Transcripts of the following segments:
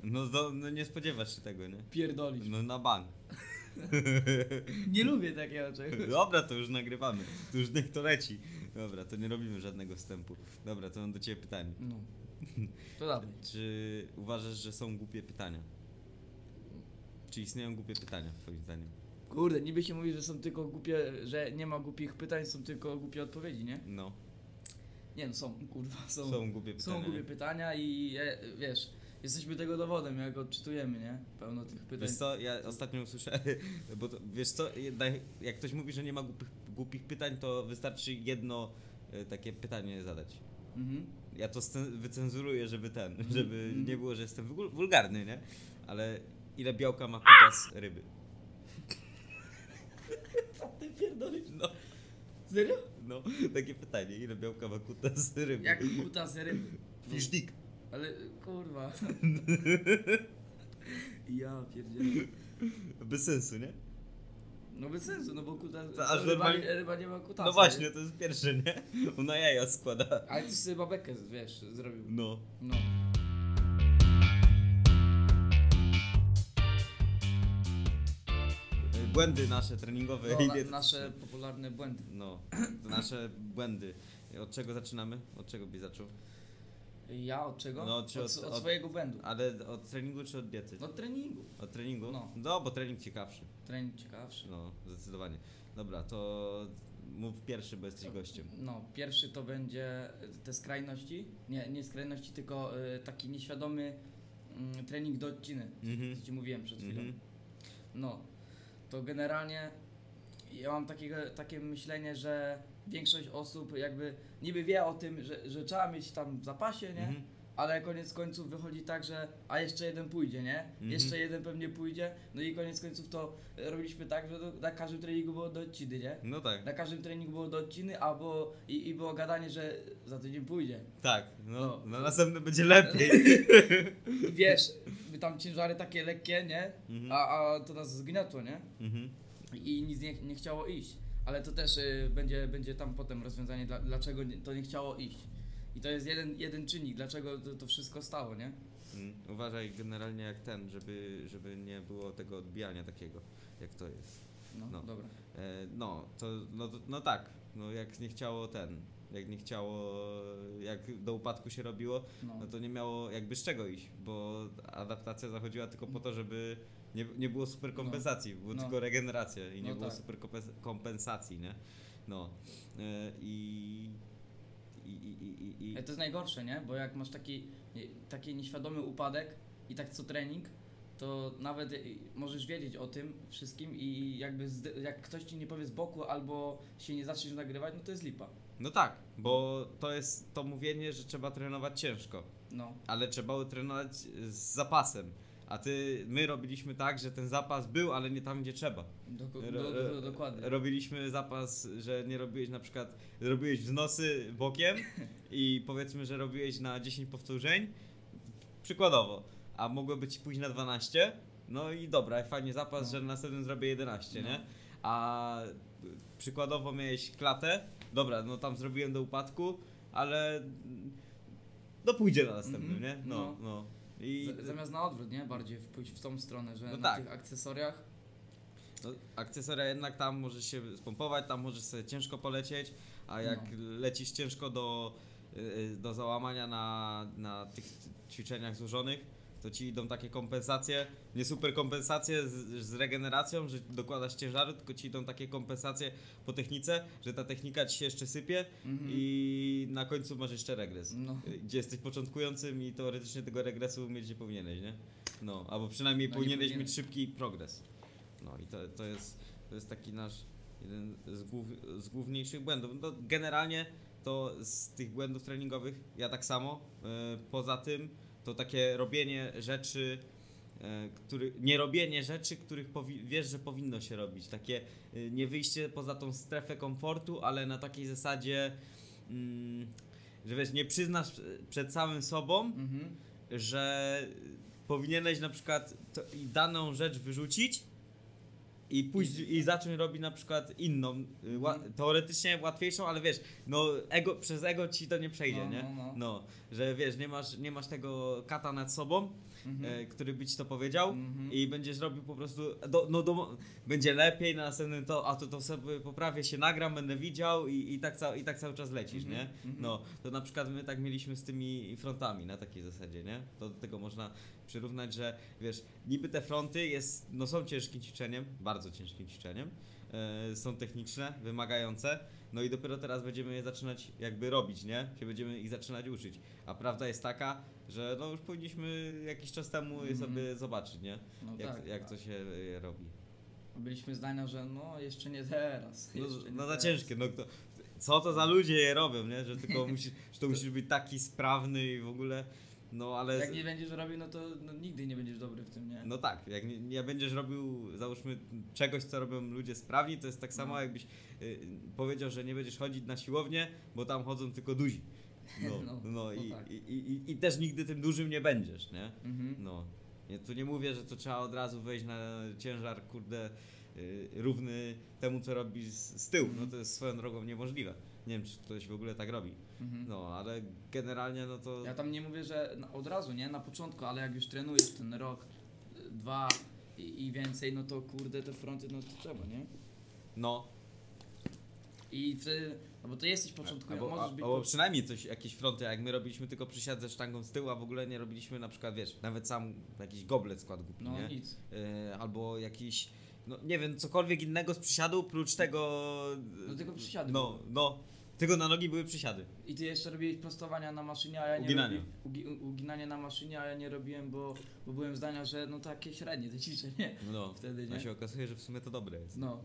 No nie spodziewasz się tego, nie? Pierdolisz. No na bank. Nie lubię takiego czegoś. Dobra, to już nagrywamy. To już niech to leci. Dobra, to nie robimy żadnego wstępu. Dobra, to mam do ciebie pytanie. No. To dawaj. Czy uważasz, że są głupie pytania? Czy istnieją głupie pytania, twoim zdaniem? Kurde, niby się mówi, że są tylko głupie, że nie ma głupich pytań, są tylko głupie odpowiedzi, nie? No. Nie no, są, kurwa, Są głupie pytania. Są głupie pytania i wiesz, jesteśmy tego dowodem, jak odczytujemy, nie? Pełno tych pytań. Wiesz co, ja ostatnio usłyszałem, bo to, wiesz co, jak ktoś mówi, że nie ma głupich pytań, to wystarczy jedno takie pytanie zadać. Mhm. Ja to wycenzuruję, żeby nie było, że jestem wulgarny, nie? Ale ile białka ma kutas ryby? Co ty pierdolisz? No, Serio? no, takie pytanie, ile białka ma kutas ryby? Jak kuta z ryby. Fish dick. Ale kurwa. Ja pierdzielę. Bez sensu, nie? No bez sensu, no bo kuta, To aż ryba, normalnie- ryba nie ma kutasa. No właśnie, to jest pierwsze, nie? Ona jaja składa. Ale ty sobie babekę, wiesz, zrobił. No. No. Błędy nasze treningowe No, i dietyczne. nasze popularne błędy. No, to nasze błędy. Od czego zaczynamy? Od czego byś zaczął? Ja od czego? No, czy od od- swojego błędu. Ale od treningu czy od diety? Od treningu. Od treningu? No. No, bo trening ciekawszy. Trening ciekawszy. No, zdecydowanie. Dobra, to mów pierwszy, bo jesteś gościem. No, pierwszy to będzie te skrajności. Nie skrajności, tylko taki nieświadomy trening do odciny. Mhm. Co ci mówiłem przed chwilą. Mhm. No, to generalnie ja mam takie myślenie, że większość osób jakby niby wie o tym, że trzeba mieć tam w zapasie, nie? Mhm. Ale koniec końców wychodzi tak, że a jeszcze jeden pójdzie, nie? Mhm. Jeszcze jeden pewnie pójdzie, no i koniec końców to robiliśmy tak, że na każdym treningu było do odciny, nie? No tak. Na każdym treningu było do odciny, albo i było gadanie, że za tydzień pójdzie. Tak, no, No. na następny będzie lepiej. I wiesz, my tam ciężary takie lekkie, nie? Mhm. A to nas zgniotło, nie? Mhm. I nic nie chciało iść. Ale to też będzie tam potem rozwiązanie, dlaczego to nie chciało iść. I to jest jeden czynnik, dlaczego to wszystko stało, nie? Uważaj generalnie jak żeby nie było tego odbijania takiego, jak to jest. No, No. dobra. No tak, no jak nie chciało jak do upadku się robiło, no to nie miało jakby z czego iść, bo adaptacja zachodziła tylko po to, żeby nie było super kompensacji, było No. tylko regeneracja i nie No było tak. super kompensacji, nie? No. Ale to jest najgorsze, nie? Bo jak masz taki nieświadomy upadek i tak co trening, to nawet możesz wiedzieć o tym wszystkim i jakby jak ktoś ci nie powie z boku albo się nie zaczniesz nagrywać, no to jest lipa. No tak, bo to jest to mówienie, że trzeba trenować ciężko, No. ale trzeba było trenować z zapasem. A my robiliśmy tak, że ten zapas był, ale nie tam, gdzie trzeba. Dokładnie. Robiliśmy zapas, że nie robiłeś na przykład, robiłeś wznosy bokiem i powiedzmy, że robiłeś na 10 powtórzeń, przykładowo, a mogłoby ci pójść na 12, no i dobra, fajnie zapas, No. że na następnym zrobię 11, No. nie? A przykładowo miałeś klatę, dobra, no tam zrobiłem do upadku, ale no pójdzie na następnym, nie? No. I Zamiast na odwrót, nie? Bardziej pójść w tą stronę, że No na tak. tych akcesoriach. no, akcesoria jednak tam możesz się spompować, tam możesz sobie ciężko polecieć, a jak lecisz ciężko do załamania na tych ćwiczeniach złożonych, to ci idą takie kompensacje, nie super kompensacje z regeneracją, że dokładasz ciężaru, tylko ci idą takie kompensacje po technice, że ta technika ci się jeszcze sypie i na końcu masz jeszcze regres. No. Gdzie jesteś początkującym i teoretycznie tego regresu mieć nie powinieneś, nie? No, albo przynajmniej No, nie powinieneś powinieneś. mieć szybki progres. No i to jest taki nasz jeden z główniejszych błędów. No, generalnie to z tych błędów treningowych ja tak samo. Poza tym to takie robienie rzeczy, nie robienie rzeczy, których wiesz, że powinno się robić. Takie nie wyjście poza tą strefę komfortu, ale na takiej zasadzie, że wiesz, nie przyznasz przed samym sobą, że powinieneś na przykład daną rzecz wyrzucić, i pójść i zacząć robić na przykład inną, teoretycznie łatwiejszą, ale wiesz, no przez ego ci to nie przejdzie, nie? No, że wiesz, nie masz tego kata nad sobą, który by ci to powiedział i będziesz robił po prostu, będzie lepiej na następnym to sobie poprawię, się nagram, będę widział i tak cały czas lecisz, nie? No, to na przykład my tak mieliśmy z tymi frontami na takiej zasadzie, nie? To do tego można przyrównać, że wiesz, niby te fronty są ciężkim ćwiczeniem, bardzo ciężkim ćwiczeniem, są techniczne, wymagające, no i dopiero teraz będziemy je zaczynać jakby robić, nie? Będziemy ich zaczynać uczyć, a prawda jest taka, że no już powinniśmy jakiś czas temu je sobie zobaczyć, nie? No jak to się robi. Byliśmy zdania, że no jeszcze nie teraz. Za ciężkie, co to za ludzie je robią, nie? Że tylko musisz być taki sprawny i w ogóle. No ale... Jak nie będziesz robił, no to nigdy nie będziesz dobry w tym, nie? No tak, jak nie będziesz robił, załóżmy, czegoś, co robią ludzie sprawni, to jest tak samo, jakbyś powiedział, że nie będziesz chodzić na siłownię, bo tam chodzą tylko duzi. I też nigdy tym dużym nie będziesz, nie? No. Ja tu nie mówię, że to trzeba od razu wejść na ciężar, równy temu, co robisz z tyłu. No to jest swoją drogą niemożliwe. Nie wiem, czy ktoś w ogóle tak robi. No, ale generalnie no to... Ja tam nie mówię, że od razu, nie? Na początku, ale jak już trenujesz ten rok, 2 i więcej, no to kurde, te fronty, no to trzeba, nie? No. I wtedy, no bo to jesteś początkujący, możesz być... Albo przynajmniej jakieś fronty, jak my robiliśmy tylko przysiad ze sztangą z tyłu, a w ogóle nie robiliśmy na przykład, wiesz, nawet sam jakiś goblet skład głupi, no, nie? Nic. Albo jakiś, no nie wiem, cokolwiek innego z przysiadu, prócz tego... Do tego przysiadu. No. Tylko na nogi były przysiady. I ty jeszcze robiłeś prostowania na maszynie, a ja nie robiłem... Uginanie na maszynie, a ja nie robiłem, bo byłem zdania, że no takie średnie te ćwiczenie. No. Wtedy, nie? A się okazuje, że w sumie to dobre jest. No,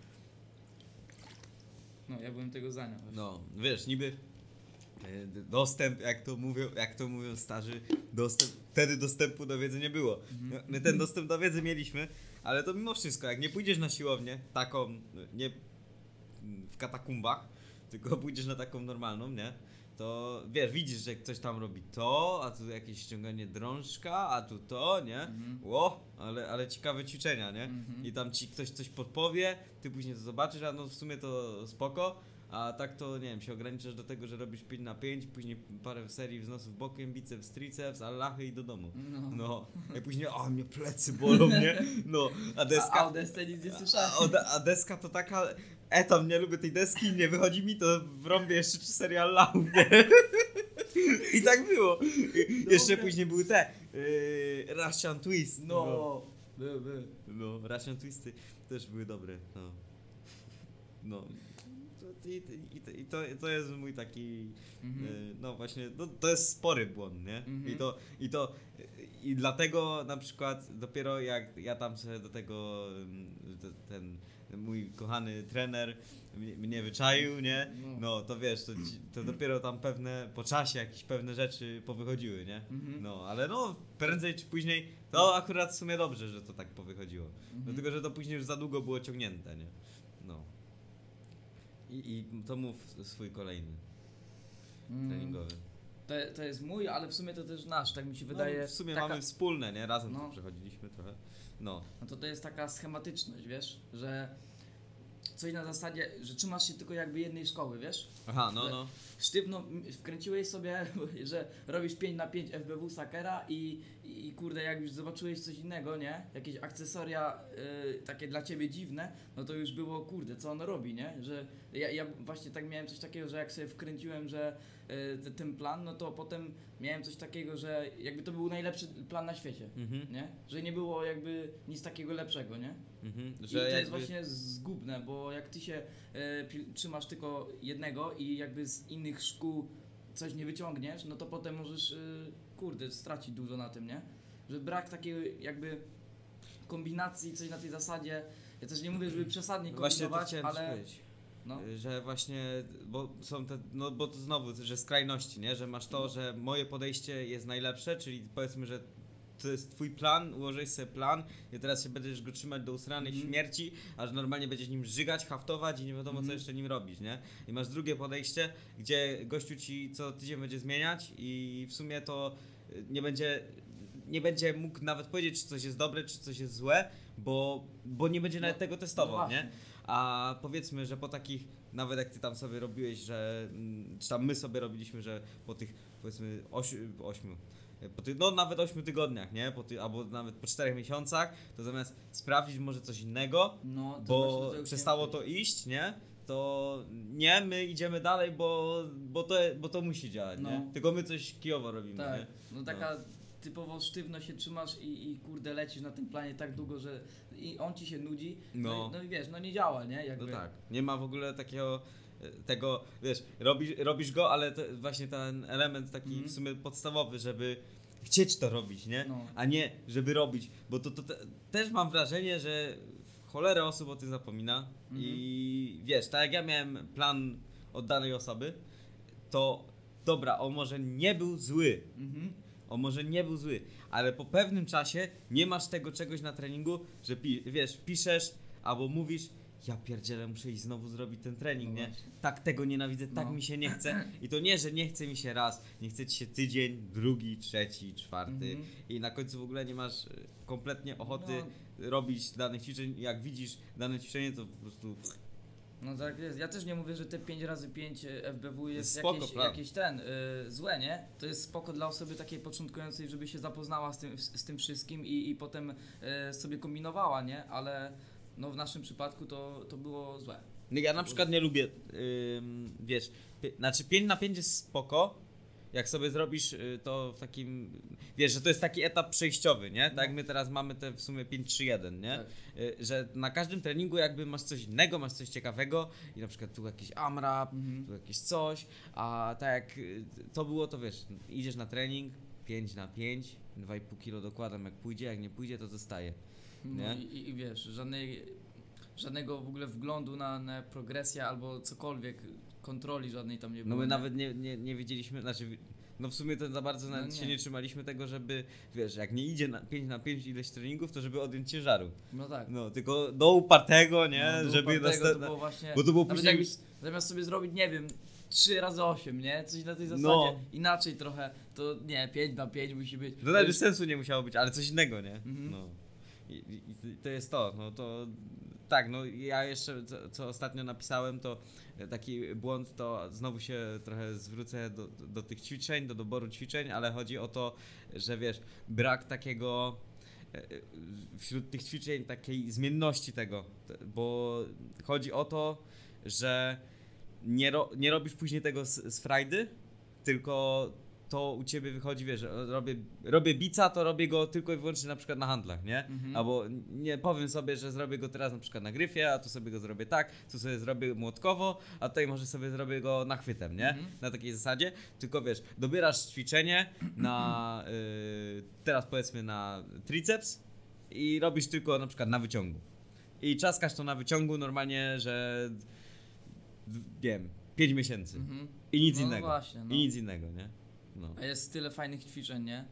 ja byłem tego zdania. Właśnie. No, wiesz, niby dostęp, jak to mówią starzy, wtedy dostępu do wiedzy nie było. My ten dostęp do wiedzy mieliśmy, ale to mimo wszystko, jak nie pójdziesz na siłownię, taką, nie w katakumbach, tylko pójdziesz na taką normalną, nie? To wiesz, widzisz, że ktoś tam robi to, a tu jakieś ściąganie drążka, a tu to, nie? Ale ciekawe ćwiczenia, nie? I tam ci ktoś coś podpowie, ty później to zobaczysz, a no w sumie to spoko, a tak to, nie wiem, się ograniczasz do tego, że robisz 5 na 5, później parę serii wznosów bokiem, biceps, triceps, allachy i do domu. No. I później, mnie plecy bolą, nie? No, a deska... A o desce nic nie słyszałem. A deska to taka... Tam nie lubię tej deski, nie wychodzi mi, to wrąbię jeszcze 3 serie allachów, nie? I tak było. Jeszcze później były te Russian Twist. Były. No, Russian Twisty też były dobre. No. To jest mój taki, no właśnie, to jest spory błąd, nie? I dlatego na przykład dopiero jak ja tam sobie do tego, ten mój kochany trener mnie wyczaił, nie? No to wiesz, to dopiero tam po czasie jakieś pewne rzeczy powychodziły, nie? No, ale no prędzej czy później, to akurat w sumie dobrze, że to tak powychodziło. Dlatego, że to później już za długo było ciągnięte, nie? No. I to mów swój kolejny treningowy. To jest mój, ale w sumie to też nasz, tak mi się wydaje. No, w sumie mamy wspólne, nie? Razem to przechodziliśmy trochę. No to jest taka schematyczność, wiesz, że coś na zasadzie, że trzymasz się tylko jakby jednej szkoły, wiesz? Aha, no. Sztywno wkręciłeś sobie, że robisz 5 na 5 FBW Sakera i kurde, jak już zobaczyłeś coś innego, nie? Jakieś akcesoria takie dla ciebie dziwne, no to już było, kurde, co on robi, nie? Że ja właśnie tak miałem coś takiego, że jak sobie wkręciłem, że ten plan, no to potem miałem coś takiego, że jakby to był najlepszy plan na świecie, nie? Że nie było jakby nic takiego lepszego, nie? Że I to jest właśnie zgubne, bo jak ty się trzymasz tylko jednego i jakby z innych szkół coś nie wyciągniesz, no to potem możesz, stracić dużo na tym, nie? Że brak takiej jakby kombinacji, coś na tej zasadzie, ja też nie mówię, żeby przesadnie kombinować, ale... No. Że właśnie, bo są te, bo to znowu, że skrajności, nie? Że masz to, że moje podejście jest najlepsze, czyli powiedzmy, że to jest twój plan, ułożyłeś sobie plan i teraz się będziesz go trzymać do usranej śmierci, aż normalnie będziesz nim żygać, haftować i nie wiadomo co jeszcze nim robić, nie? I masz drugie podejście, gdzie gościu ci co tydzień będzie zmieniać i w sumie to nie będzie mógł nawet powiedzieć, czy coś jest dobre, czy coś jest złe, bo nie będzie nawet tego testował, nie? A powiedzmy, że po takich, nawet jak ty tam sobie robiłeś, że, czy tam my sobie robiliśmy, że po tych, powiedzmy, 8, no nawet 8 tygodniach, nie? Albo nawet po 4 miesiącach, to zamiast sprawdzić może coś innego, No, to bo właśnie to przestało to iść, nie? To nie, my idziemy dalej, bo to musi działać, No. nie? Tylko my coś kijowo robimy, Tak, nie? no taka typowo sztywno się trzymasz i kurde lecisz na tym planie tak długo, że i on ci się nudzi, no i wiesz, no nie działa, nie? Jakby. No tak, nie ma w ogóle takiego tego, wiesz, robisz go, ale to właśnie ten element taki w sumie podstawowy, żeby chcieć to robić, nie? No. A nie, żeby robić, bo też mam wrażenie, że cholerę osób o tym zapomina i wiesz, tak jak ja miałem plan od danej osoby, to dobra, on może nie był zły, on może nie był zły, ale po pewnym czasie nie masz tego czegoś na treningu, że wiesz, piszesz albo mówisz, ja pierdzielę, muszę iść znowu zrobić ten trening, No nie? właśnie. Tak tego nienawidzę, tak No. mi się nie chce. I to nie, że nie chce mi się raz, nie chce ci się tydzień, drugi, trzeci, czwarty i na końcu w ogóle nie masz kompletnie ochoty robić danych ćwiczeń. Jak widzisz dane ćwiczenie, to po prostu... No tak jest. Ja też nie mówię, że te 5x5 FBW jest Spoko, jakieś złe, nie? To jest spoko dla osoby takiej początkującej, żeby się zapoznała z tym wszystkim i potem sobie kombinowała, nie? Ale no w naszym przypadku to było złe. No ja na przykład nie lubię, wiesz, znaczy 5x5 jest spoko, jak sobie zrobisz to w takim, wiesz, że to jest taki etap przejściowy, nie? Tak jak my teraz mamy te w sumie 5-3-1, nie? Tak. Że na każdym treningu jakby masz coś innego, masz coś ciekawego i na przykład tu jakiś AMRAP, tu jakieś coś, a tak jak to było, to wiesz, idziesz na trening 5x5, 2,5 kg dokładam jak pójdzie, jak nie pójdzie to zostaje. No Nie? i wiesz, żadnego w ogóle wglądu na progresję albo cokolwiek, kontroli żadnej tam nie było. No my nie? nawet nie wiedzieliśmy, znaczy, no w sumie to za bardzo nawet się nie trzymaliśmy tego, żeby, wiesz, jak nie idzie na 5x5 ileś treningów, to żeby odjąć ciężaru. No tak. No, tylko do upartego, nie? No, żeby to było właśnie, bo to było nawet później... zamiast sobie zrobić, nie wiem, 3x8, nie? Coś na tej zasadzie. No. Inaczej trochę, to nie, 5x5 musi być. No nawet bez sensu nie musiało być, ale coś innego, nie? Mhm. No. I to jest to, no to... Tak, no ja jeszcze, co ostatnio napisałem, to taki błąd, to znowu się trochę zwrócę do tych ćwiczeń, do doboru ćwiczeń, ale chodzi o to, że wiesz, brak takiego wśród tych ćwiczeń, takiej zmienności tego, bo chodzi o to, że nie robisz później tego z frajdy, tylko to u ciebie wychodzi, wiesz, robię bica, to robię go tylko i wyłącznie na przykład na handlach, nie? Albo nie powiem sobie, że zrobię go teraz na przykład na gryfie, a tu sobie go zrobię tak, tu sobie zrobię młotkowo, a tutaj może sobie zrobię go nachwytem, nie? Na takiej zasadzie, tylko wiesz, dobierasz ćwiczenie na, teraz powiedzmy na triceps i robisz tylko na przykład na wyciągu. I czaskasz to na wyciągu normalnie, że wiem, 5 miesięcy. I nic No innego. właśnie, no. I nic innego, nie? No. A jest tyle fajnych ćwiczeń, nie?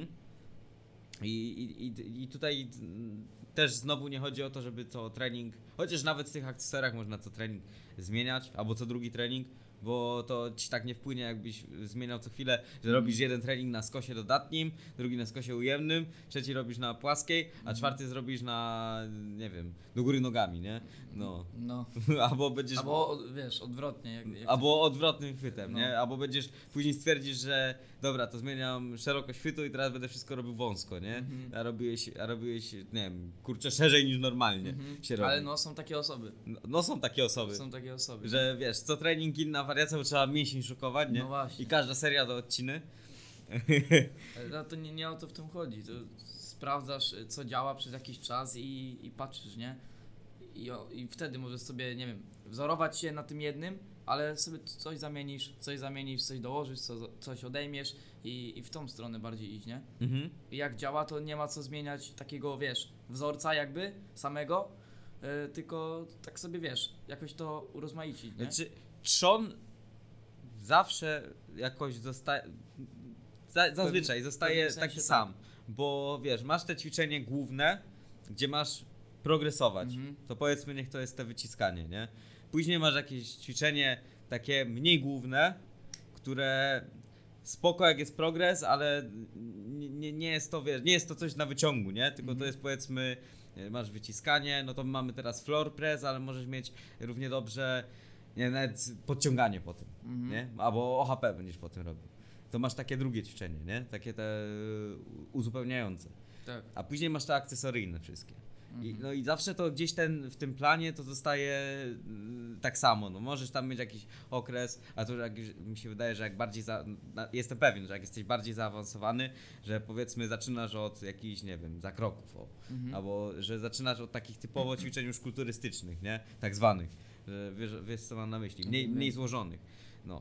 I tutaj też znowu nie chodzi o to, żeby co trening, chociaż nawet w tych akcesoriach można co trening zmieniać, albo co drugi trening, bo to ci tak nie wpłynie, jakbyś zmieniał co chwilę, że robisz jeden trening na skosie dodatnim, drugi na skosie ujemnym, trzeci robisz na płaskiej, a czwarty zrobisz na, nie wiem, do góry nogami, nie? No. Albo będziesz... Albo wiesz, odwrotnie. Jak albo odwrotnym chwytem, No. nie? Albo będziesz, później stwierdzisz, że dobra, to zmieniam szerokość chwytu i teraz będę wszystko robił wąsko, nie? A robiłeś, nie wiem, kurczę, szerzej niż normalnie się robi. Ale no, są takie osoby. No są takie osoby. Są takie osoby. Że wiesz, co trening inna wariacja, bo trzeba mięsień szukować, nie? No właśnie. I każda seria do odciny. No to nie o to w tym chodzi. To sprawdzasz, co działa przez jakiś czas i patrzysz, nie? I wtedy możesz sobie, nie wiem, wzorować się na tym jednym, ale sobie coś zamienisz, coś dołożysz, coś odejmiesz i w tą stronę bardziej iść, nie? I jak działa, to nie ma co zmieniać takiego, wiesz, wzorca jakby samego, tylko tak sobie, wiesz, jakoś to urozmaicić, nie? Znaczy, trzon zawsze jakoś zazwyczaj zostaje w sensie taki sam, bo wiesz, masz te ćwiczenie główne, gdzie masz progresować, to powiedzmy niech to jest te wyciskanie, nie? Później masz jakieś ćwiczenie takie mniej główne, które spoko jak jest progres, ale nie jest to, wiesz, nie jest to coś na wyciągu, nie? Tylko to jest, powiedzmy, masz wyciskanie, no to mamy teraz floor press, ale możesz mieć równie dobrze, nie, nawet podciąganie po tym, nie? Albo OHP będziesz po tym robił. To masz takie drugie ćwiczenie, nie? Takie te uzupełniające. Tak. A później masz te akcesoryjne wszystkie. No i zawsze to gdzieś w tym planie to zostaje tak samo. No możesz tam mieć jakiś okres, a to mi się wydaje, że jak bardziej jestem pewien, że jak jesteś bardziej zaawansowany, że powiedzmy zaczynasz od jakichś, nie wiem, zakroków, albo że zaczynasz od takich typowo ćwiczeń już kulturystycznych, nie? Tak zwanych. Że wiesz co mam na myśli, mniej złożonych. No,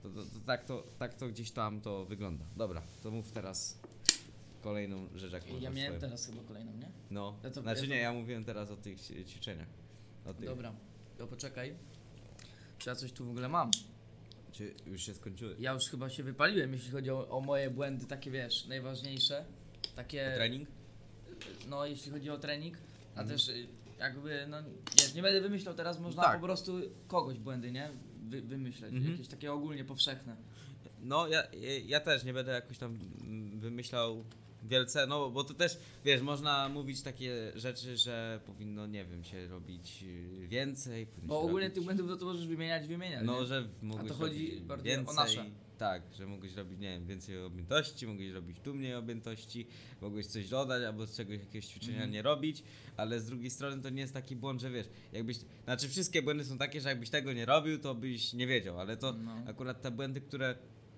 tak to gdzieś tam to wygląda. Dobra, to mów teraz kolejną rzecz, jaką Ja miałem teraz chyba kolejną, nie? No, ja mówiłem teraz o tych ćwiczeniach. Dobra, to poczekaj. Czy ja coś tu w ogóle mam? Czy już się skończyły? Ja już chyba się wypaliłem, jeśli chodzi o moje błędy, takie wiesz, najważniejsze. Takie... O trening? No, jeśli chodzi o trening, a też jakby, no nie będę wymyślał teraz, można po prostu kogoś błędy, nie? Wymyśleć, jakieś takie ogólnie powszechne. No, ja też nie będę jakoś tam wymyślał wielce, no bo to też, wiesz, można mówić takie rzeczy, że powinno, nie wiem, się robić więcej. Bo ogólnie tych błędów to możesz wymieniać. No, nie? że mogłeś a to chodzi bardziej więcej, o nasze. Tak, że mogłeś robić, nie wiem, więcej objętości, mogłeś robić tu mniej objętości, mogłeś coś dodać albo z czegoś jakiegoś ćwiczenia nie robić, ale z drugiej strony to nie jest taki błąd, że wiesz, znaczy wszystkie błędy są takie, że jakbyś tego nie robił, to byś nie wiedział, ale to akurat te błędy, które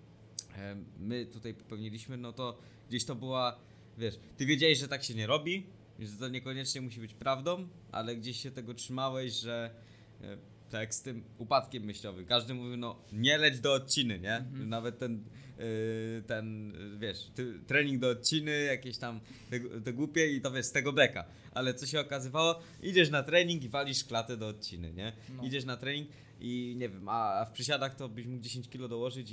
my tutaj popełniliśmy, no to gdzieś to była, wiesz, ty wiedziałeś, że tak się nie robi, że to niekoniecznie musi być prawdą, ale gdzieś się tego trzymałeś, że tak z tym upadkiem myślowym. Każdy mówił, no nie leć do odciny, nie? Nawet ten wiesz, trening do odciny, jakieś tam te głupie i to wiesz, z tego beka. Ale co się okazywało? Idziesz na trening i walisz klatę do odciny, nie? No. Idziesz na trening i nie wiem, a w przysiadach to byś mógł 10 kg dołożyć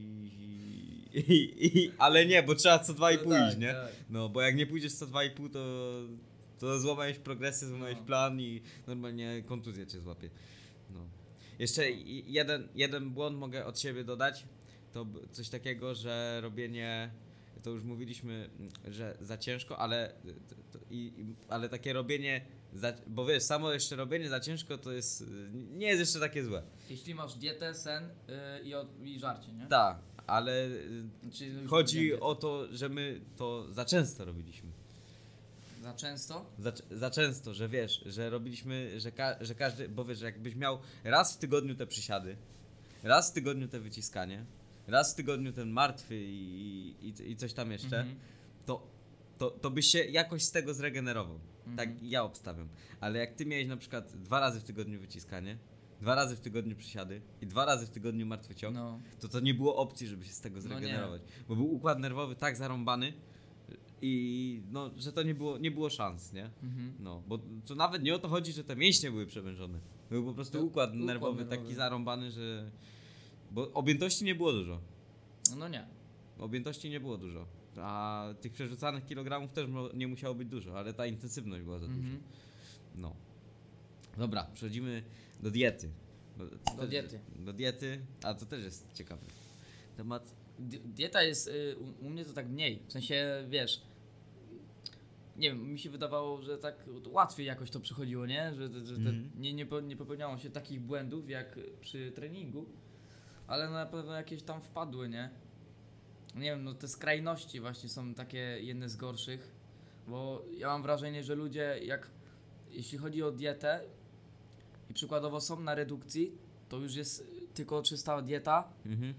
ale nie, bo trzeba co 2,5 iść, nie? Tak. No, bo jak nie pójdziesz co 2,5 to złamałeś progresję, złamałeś plan i normalnie kontuzja cię złapie. No. Jeszcze jeden błąd mogę od siebie dodać, to coś takiego, że robienie, to już mówiliśmy, że za ciężko, ale takie robienie, bo wiesz, samo jeszcze robienie za ciężko to jest, nie jest jeszcze takie złe. Jeśli masz dietę, sen i żarcie, nie? Tak, ale chodzi o to, że my to za często robiliśmy. Za często? Za często, że wiesz, że robiliśmy, że każdy, bo wiesz, że jakbyś miał raz w tygodniu te przysiady, raz w tygodniu te wyciskanie, raz w tygodniu ten martwy i coś tam jeszcze, to byś się jakoś z tego zregenerował. Tak ja obstawiam. Ale jak ty miałeś na przykład 2 razy w tygodniu wyciskanie, 2 razy w tygodniu przysiady i 2 razy w tygodniu martwy ciąg, to nie było opcji, żeby się z tego zregenerować. Bo był układ nerwowy tak zarąbany, i no, że to nie było szans, nie? No, bo to nawet nie o to chodzi, że te mięśnie były przewężone. Był po prostu układ nerwowy taki zarąbany, że... Bo objętości nie było dużo. No nie. Objętości nie było dużo. A tych przerzucanych kilogramów też nie musiało być dużo, ale ta intensywność była za duża. No. Dobra, przechodzimy do diety. Do diety, a to też jest ciekawy temat. Dieta jest, u mnie to tak mniej, w sensie, wiesz, nie wiem, mi się wydawało, że tak łatwiej jakoś to przychodziło, nie? Że nie popełniało się takich błędów jak przy treningu, ale na pewno jakieś tam wpadły, nie? Nie wiem, no te skrajności właśnie są takie jedne z gorszych, bo ja mam wrażenie, że ludzie jeśli chodzi o dietę i przykładowo są na redukcji, to już jest tylko czysta dieta,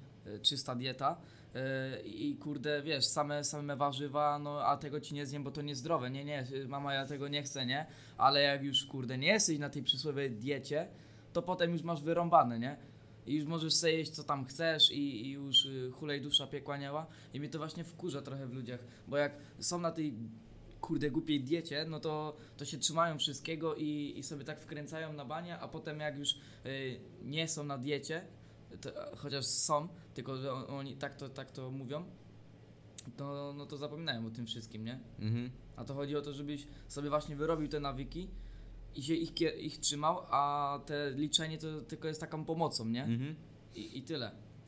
i kurde, wiesz, same warzywa, no a tego ci nie zjem, bo to niezdrowe, nie, mama, ja tego nie chcę, nie, ale jak już, kurde, nie jesteś na tej przysłowiowej diecie, to potem już masz wyrąbane, nie, i już możesz sobie jeść co tam chcesz i już hulej dusza piekła nieła i mnie to właśnie wkurza trochę w ludziach, bo jak są na tej kurde głupiej diecie, no to się trzymają wszystkiego i sobie tak wkręcają na banie, a potem jak już nie są na diecie, chociaż są, tylko że oni tak to mówią, to zapominają o tym wszystkim, nie? A to chodzi o to, żebyś sobie właśnie wyrobił te nawyki i się ich trzymał, a te liczenie to tylko jest taką pomocą, nie? I tyle.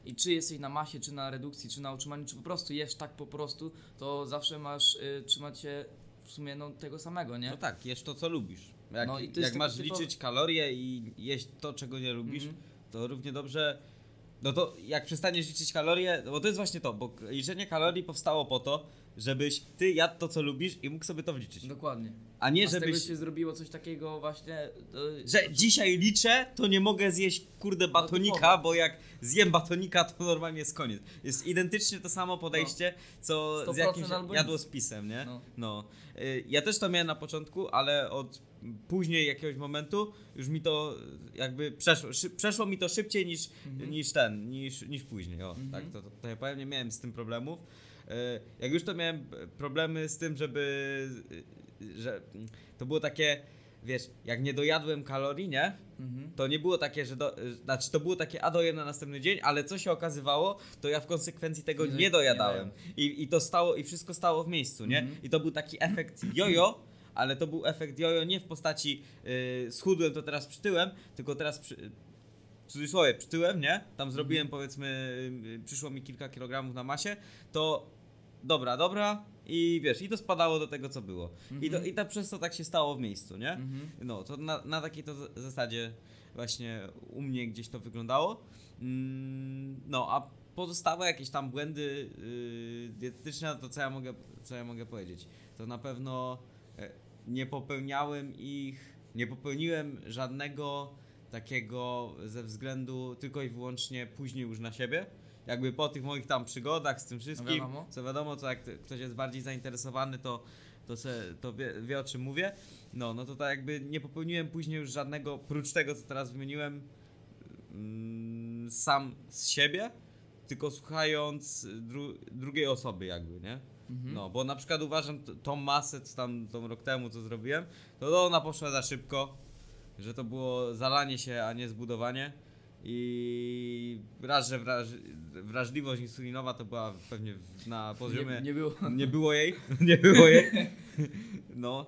i czy jesteś na masie, czy na redukcji, czy na utrzymaniu, czy po prostu jesz tak po prostu, to zawsze masz trzymać się w sumie tego samego, nie? No tak, jesz to co lubisz. Jak, No i to jest jak masz taki typowy- liczyć kalorie i jeść to, czego nie lubisz, to równie dobrze. No to jak przestaniesz liczyć kalorie, bo to jest właśnie to, bo liczenie kalorii powstało po to, żebyś ty jadł to, co lubisz i mógł sobie to wliczyć. Dokładnie. A nie A z tego żebyś. się zrobiło coś takiego właśnie... Że dzisiaj liczę, to nie mogę zjeść kurde batonika, typowo. bo jak zjem batonika, to normalnie jest koniec. Jest identycznie to samo podejście, co z 100% jakimś albo nic. jadłospisem, nie? No. No. Ja też to miałem na początku, ale od później jakiegoś momentu już mi to jakby przeszło mi to szybciej niż później. O, tak, to ja powiem, nie miałem z tym problemów. Jak już to miałem problemy z tym, że to było takie, wiesz, jak nie dojadłem kalorii, nie? To nie było takie, znaczy to było takie, dojem na następny dzień, ale co się okazywało, to ja w konsekwencji tego nie dojadałem. I to stało, i wszystko stało w miejscu, nie? I to był taki efekt jojo, ale to był efekt jojo nie w postaci schudłem, to teraz przytyłem, tylko teraz w cudzysłowie przytyłem, nie? Tam zrobiłem powiedzmy, przyszło mi kilka kilogramów na masie, to dobra i wiesz, i to spadało do tego, co było. I to przez to tak się stało w miejscu, nie? No, to na takiej to zasadzie właśnie u mnie gdzieś to wyglądało. No, a pozostałe jakieś tam błędy dietetyczne, to co ja mogę powiedzieć? To na pewno nie popełniłem żadnego takiego ze względu tylko i wyłącznie później już na siebie. Jakby po tych moich tam przygodach z tym wszystkim, No co wiadomo, co jak ktoś jest bardziej zainteresowany, to wie o czym mówię. No to tak jakby nie popełniłem później już żadnego, prócz tego co teraz wymieniłem, sam z siebie, tylko słuchając drugiej osoby jakby, nie? No, bo na przykład uważam tą masę, co tam tą rok temu co zrobiłem, to ona poszła za szybko, że to było zalanie się, a nie zbudowanie. I raz, że wrażliwość insulinowa to była pewnie na poziomie... Nie było jej. No,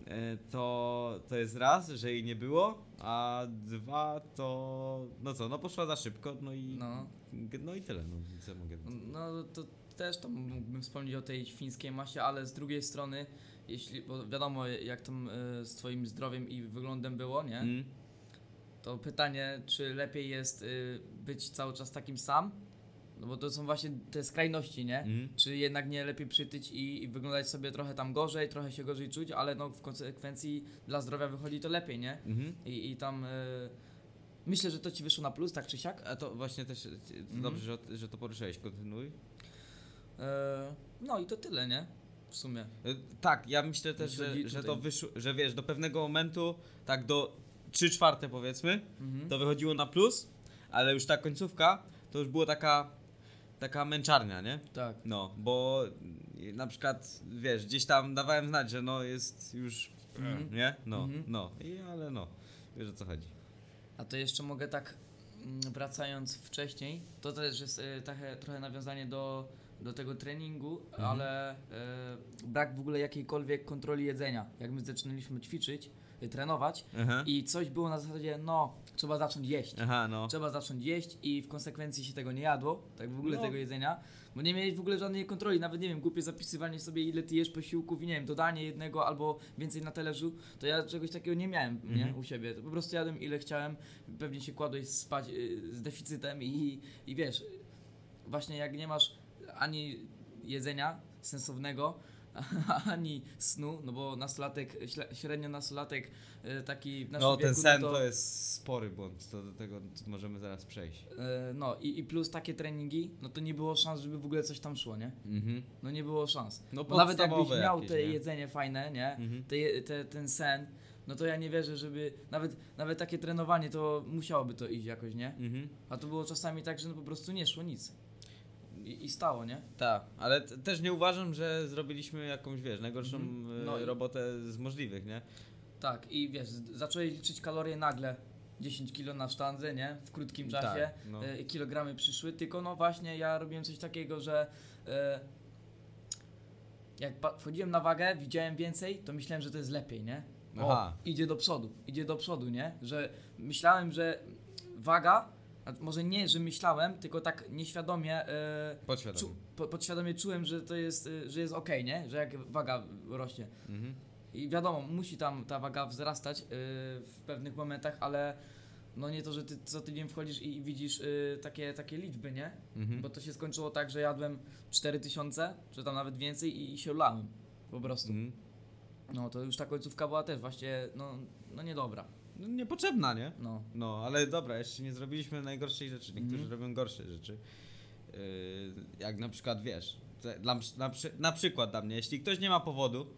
to jest raz, że jej nie było, a dwa to... No co, no poszła za szybko, no i tyle, no co mogę powiedzieć. No to też tam mógłbym wspomnieć o tej świńskiej masie, ale z drugiej strony, bo wiadomo jak tam z twoim zdrowiem i wyglądem było, nie? To pytanie, czy lepiej jest być cały czas takim sam? No bo to są właśnie te skrajności, nie? Czy jednak nie lepiej przytyć i wyglądać sobie trochę tam gorzej, trochę się gorzej czuć, ale no w konsekwencji dla zdrowia wychodzi to lepiej, nie? I tam myślę, że to ci wyszło na plus, tak czy siak? A to właśnie też dobrze, że to poruszyłeś, kontynuuj. No i to tyle, nie? W sumie. Tak, ja myślę też, że to wyszło, że wiesz, do pewnego momentu, tak do 3/4 powiedzmy, to wychodziło na plus, ale już ta końcówka to już było taka męczarnia, nie? Tak. No, bo na przykład, wiesz, gdzieś tam dawałem znać, że no jest już, nie? Ale wiesz o co chodzi. A to jeszcze mogę tak, wracając wcześniej, to też jest trochę nawiązanie do tego treningu, ale brak w ogóle jakiejkolwiek kontroli jedzenia. Jak my zaczynaliśmy ćwiczyć, trenować i coś było na zasadzie, trzeba zacząć jeść. Trzeba zacząć jeść i w konsekwencji się tego nie jadło, tak w ogóle tego jedzenia, bo nie miałeś w ogóle żadnej kontroli, nawet nie wiem, głupie zapisywanie sobie ile ty jesz posiłków i nie wiem, dodanie jednego albo więcej na talerzu, to ja czegoś takiego nie miałem, nie, u siebie, to po prostu jadłem ile chciałem, pewnie się kładłeś spać z deficytem i wiesz, właśnie jak nie masz ani jedzenia sensownego, ani snu, no bo średnio nastolatek taki w naszym wieku... ten sen to jest spory błąd, to do tego możemy zaraz przejść. I plus takie treningi, no to nie było szans, żeby w ogóle coś tam szło, nie? No nie było szans. No bo nawet jakbyś miał jakieś, te jedzenie fajne, nie? Ten sen, no to ja nie wierzę, żeby nawet takie trenowanie, to musiałoby to iść jakoś, nie? A to było czasami tak, że no po prostu nie szło nic. I stało, nie? Tak, ale też nie uważam, że zrobiliśmy jakąś, wiesz, najgorszą robotę z możliwych, nie? Tak, i wiesz, zacząłeś liczyć kalorie nagle, 10 kilo na sztandze, nie? W krótkim czasie, kilogramy przyszły, tylko no właśnie ja robiłem coś takiego, że jak wchodziłem na wagę, widziałem więcej, to myślałem, że to jest lepiej, nie? Idzie do przodu, nie? Że myślałem, że waga A może nie, że myślałem, tylko tak nieświadomie, Podświadomie. podświadomie czułem, że to jest, że jest okej, nie? Że jak waga rośnie. Mhm. I wiadomo, musi tam ta waga wzrastać w pewnych momentach, ale no nie to, że ty co tydzień wchodzisz i widzisz takie liczby, nie? Mhm. Bo to się skończyło tak, że jadłem 4000, czy tam nawet więcej i się lałem po prostu. Mhm. No to już ta końcówka była też właśnie, no niedobra. No, niepotrzebna, nie? No. No, ale dobra, jeszcze nie zrobiliśmy najgorszej rzeczy. Niektórzy robią gorsze rzeczy. Jak na przykład, wiesz, na przykład dla mnie, jeśli ktoś nie ma powodu,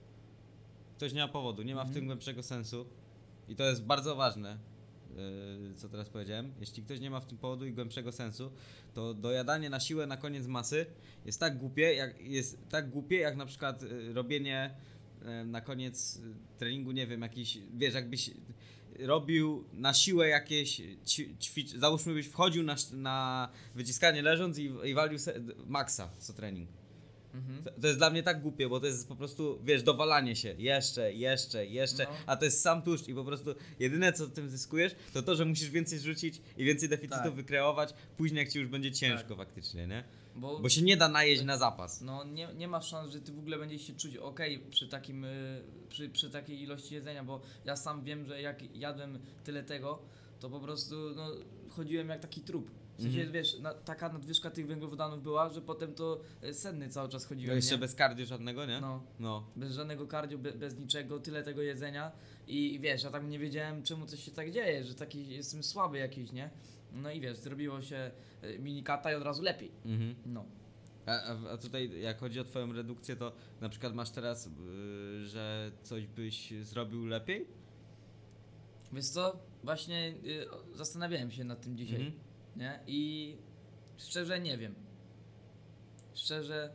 nie ma w tym głębszego sensu i to jest bardzo ważne, co teraz powiedziałem, jeśli ktoś nie ma w tym powodu i głębszego sensu, to dojadanie na siłę na koniec masy jest tak głupie jak na przykład robienie na koniec treningu, nie wiem, jakiś, wiesz, jakbyś robił na siłę jakieś załóżmy byś wchodził na wyciskanie leżąc i walił maksa co trening. To jest dla mnie tak głupie, bo to jest po prostu, wiesz, dowalanie się jeszcze, No. a to jest sam tłuszcz i po prostu jedyne co tym zyskujesz, to, że musisz więcej zrzucić i więcej deficytów Tak. wykreować, później jak ci już będzie ciężko faktycznie, nie? Bo Bo się nie da najeść na zapas. no nie ma szans, że ty w ogóle będziesz się czuć okej przy takim, przy takiej ilości jedzenia, bo ja sam wiem, że jak jadłem tyle tego, to po prostu no, chodziłem jak taki trup. W sensie, wiesz, taka nadwyżka tych węglowodanów była, że potem to senny cały czas No chodziłem, jeszcze nie? bez cardio żadnego, nie? No. Bez żadnego cardio, bez niczego, tyle tego jedzenia i wiesz, ja tak nie wiedziałem czemu coś się tak dzieje, że taki jestem słaby jakiś, nie? No i wiesz, zrobiło się minikata i od razu lepiej. Mhm. No. A tutaj jak chodzi o twoją redukcję, to na przykład masz teraz, że coś byś zrobił lepiej? Wiesz co, właśnie zastanawiałem się nad tym dzisiaj, nie? I szczerze nie wiem. Szczerze...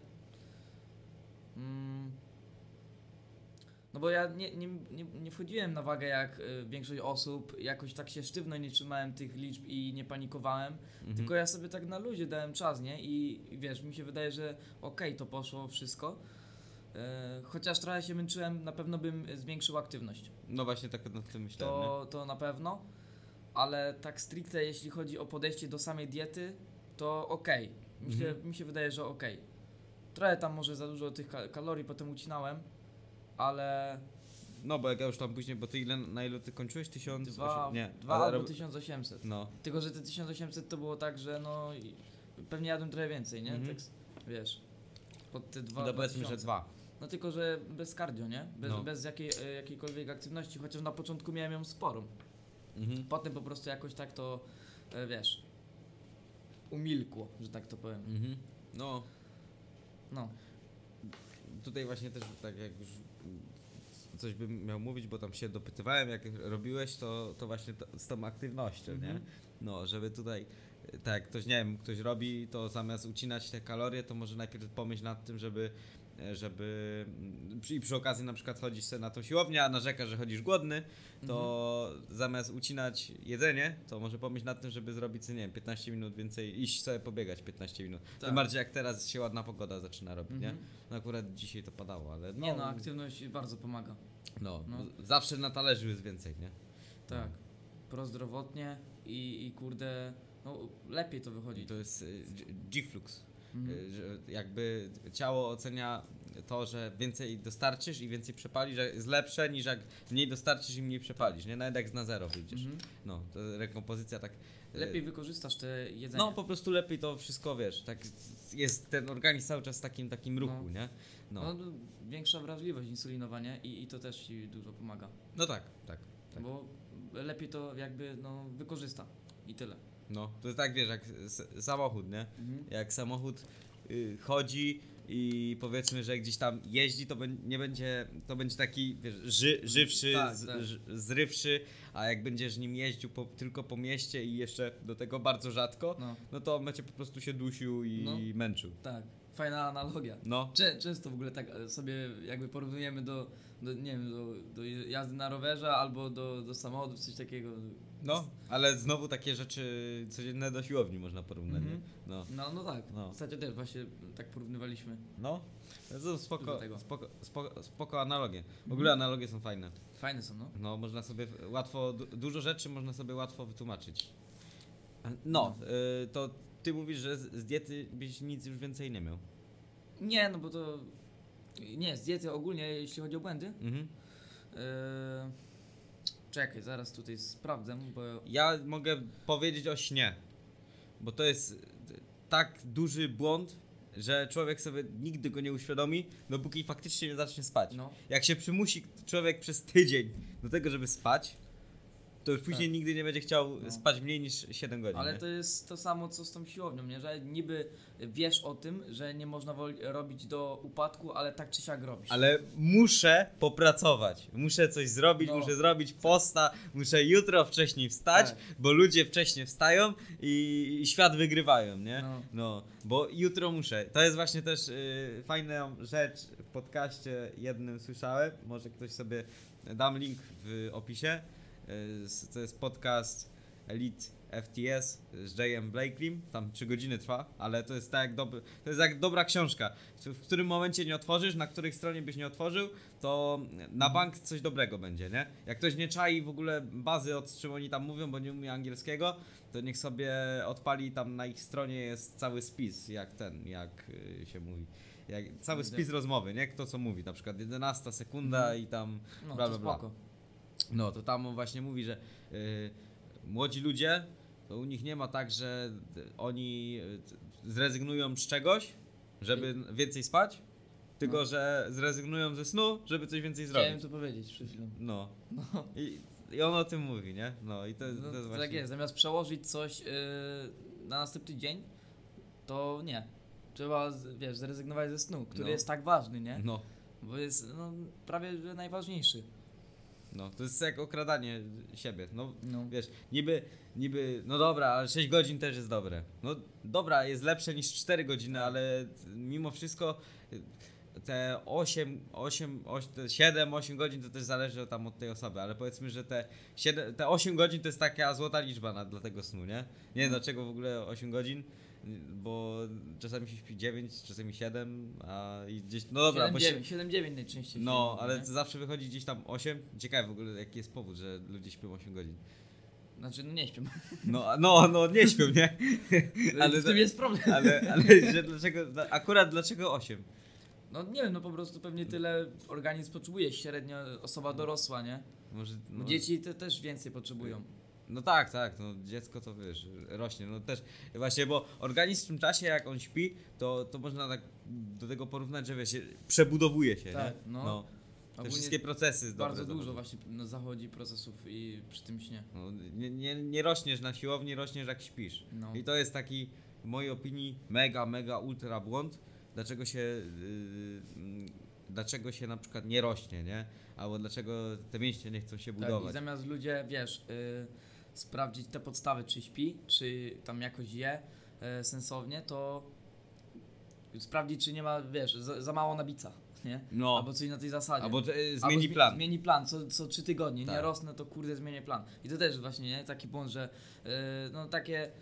no bo ja nie wchodziłem na wagę jak większość osób, jakoś tak się sztywno nie trzymałem tych liczb i nie panikowałem, tylko ja sobie tak na luzie dałem czas, nie? I wiesz, mi się wydaje, że okej, to poszło wszystko. Chociaż trochę się męczyłem, na pewno bym zwiększył aktywność. No właśnie tak nad tym myślałem, nie? To na pewno, ale tak stricte jeśli chodzi o podejście do samej diety, to okej. Mi się wydaje, że okej. Trochę tam może za dużo tych kalorii potem ucinałem, ale No bo jak ja już tam później, bo ty na ile ty kończyłeś? 1000? Nie. 2 albo 1800. No. Tylko, że te 1800 to było tak, że no pewnie jadłem trochę więcej, nie? Tak, wiesz, pod te 2 No powiedzmy, że 2. No tylko, że bez cardio, nie? No. Bez jakiejkolwiek aktywności, chociaż na początku miałem ją sporą. Potem po prostu jakoś tak to, wiesz, umilkło, że tak to powiem. No. No. Tutaj właśnie też tak jak już coś bym miał mówić, bo tam się dopytywałem, jak robiłeś, to właśnie z tą aktywnością, nie? No, żeby tutaj, tak jak ktoś, nie wiem, ktoś robi, to zamiast ucinać te kalorie, to może najpierw pomyśl nad tym, żeby i przy okazji na przykład chodzisz sobie na tą siłownię, a narzekasz, że chodzisz głodny, to zamiast ucinać jedzenie, to może pomyśl nad tym, żeby zrobić sobie, nie wiem, 15 minut więcej, iść sobie pobiegać 15 minut. Tak. Tym bardziej jak teraz się ładna pogoda zaczyna robić, nie? No akurat dzisiaj to padało, ale no. Nie no, aktywność bardzo pomaga. No. Zawsze na talerzu jest więcej, nie? Tak. Prozdrowotnie i kurde, no lepiej to wychodzi. To jest G-Flux. Że jakby ciało ocenia to, że więcej dostarczysz i więcej przepalisz, że jest lepsze niż jak mniej dostarczysz i mniej przepalisz, nie? Nawet jak na zero wyjdziesz. No, to rekompozycja tak... Lepiej wykorzystasz te jedzenie. No, po prostu lepiej to wszystko, wiesz, tak jest ten organizm cały czas w takim ruchu, nie? No, większa wrażliwość insulinowa, nie? I to też ci dużo pomaga. No tak. Bo lepiej to jakby, no, wykorzysta i tyle. No, to jest tak, wiesz, jak samochód, nie? Jak samochód chodzi i powiedzmy, że gdzieś tam jeździ, nie będzie, to będzie taki, wiesz, żywszy, tak. zrywszy, a jak będziesz nim jeździł tylko po mieście i jeszcze do tego bardzo rzadko, no to on będzie po prostu się dusił i męczył. Tak, fajna analogia. No. Często w ogóle tak sobie jakby porównujemy nie wiem, do jazdy na rowerze albo do samochodów, coś takiego. No, ale znowu takie rzeczy codzienne do siłowni można porównać, nie? No tak. Ostatnio też właśnie tak porównywaliśmy. No, to spoko analogie. W ogóle analogie są fajne. Fajne są, no. No, można sobie dużo rzeczy można sobie łatwo wytłumaczyć. No, to ty mówisz, że z diety byś nic już więcej nie miał. Nie, no bo to... Nie, z diety ogólnie, jeśli chodzi o błędy. Mhm. Czekaj, zaraz tutaj sprawdzę, bo... Ja mogę powiedzieć o śnie, bo to jest tak duży błąd, że człowiek sobie nigdy go nie uświadomi, dopóki faktycznie nie zacznie spać. No. Jak się przymusi człowiek przez tydzień do tego, żeby spać, to już później Tak. nigdy nie będzie chciał spać mniej niż 7 godzin. Ale nie? to jest to samo co z tą siłownią, nie? Że niby wiesz o tym, że nie można robić do upadku, ale tak czy siak robisz. Ale muszę popracować, muszę coś zrobić, No. muszę zrobić posta, muszę jutro wcześniej wstać, Tak. bo ludzie wcześniej wstają i świat wygrywają, nie? No. Bo jutro muszę. To jest właśnie też fajna rzecz w podcaście jednym słyszałem, może ktoś sobie, dam link w opisie, to jest podcast Elite FTS z J.M. Blakelim, tam 3 godziny trwa, ale to jest tak jak to jest jak dobra książka, w którym momencie nie otworzysz, na której stronie byś nie otworzył, to na bank coś dobrego będzie, nie? Jak ktoś nie czai w ogóle bazy, od czym oni tam mówią, bo nie umie angielskiego, to niech sobie odpali, tam na ich stronie jest cały spis, jak się mówi. Cały spis rozmowy, nie? Kto co mówi, na przykład 11 sekunda i tam No, bla to bla bla. spoko. No to tam on właśnie mówi, że młodzi ludzie, to u nich nie ma tak, że oni zrezygnują z czegoś, żeby więcej spać, tylko że zrezygnują ze snu, żeby coś więcej zrobić. Chciałem to powiedzieć przed chwilą. No. I on o tym mówi, nie? No i to jest No, właśnie... tak jest, zamiast przełożyć coś na następny dzień, to nie. Trzeba, wiesz, zrezygnować ze snu, który jest tak ważny, nie? No. Bo jest prawie że najważniejszy. No, to jest jak okradanie siebie. No, No. wiesz, niby, no dobra, ale 6 godzin też jest dobre. No dobra, jest lepsze niż 4 godziny, ale mimo wszystko te 7-8 godzin to też zależy tam od tej osoby, ale powiedzmy, że te 8 godzin to jest taka złota liczba dla tego snu, nie? Nie wiem dlaczego w ogóle 8 godzin, bo czasami się śpi 9, czasami 7, a i gdzieś, no dobra, 7-9 najczęściej. no, się ale mówi, to zawsze wychodzi gdzieś tam 8. Ciekawe w ogóle jaki jest powód, że ludzie śpią 8 godzin. nie? Znaczy, no nie śpię. No, nie śpią, nie? Ale w tym jest problem. Ale że dlaczego 8? No nie wiem, no po prostu pewnie tyle organizm potrzebuje, średnio osoba dorosła, nie? Może, Bo dzieci też więcej potrzebują. No tak, no dziecko to wiesz, rośnie, no też właśnie, bo organizm w tym czasie jak on śpi, to można tak do tego porównać, że wiesz, przebudowuje się, Tak, nie? no. Te Ogólnie wszystkie procesy bardzo dobre dużo zachodzą. właśnie zachodzi procesów i przy tym śnie. No, nie rośniesz na siłowni, rośniesz jak śpisz. No. I to jest taki, w mojej opinii, mega ultra błąd, dlaczego się na przykład nie rośnie, nie? Albo dlaczego te mięśnie nie chcą się Tak, i budować. zamiast ludzie, wiesz, sprawdzić te podstawy, czy śpi, czy tam jakoś je sensownie, to sprawdzić, czy nie ma, wiesz, za mało na bicach, nie? No. Albo coś na tej zasadzie. Albo zmieni plan. Zmieni plan, co 3 tygodnie, Tak. nie rosnę, to kurde zmienię plan. I to też właśnie, nie? Taki błąd, że no takie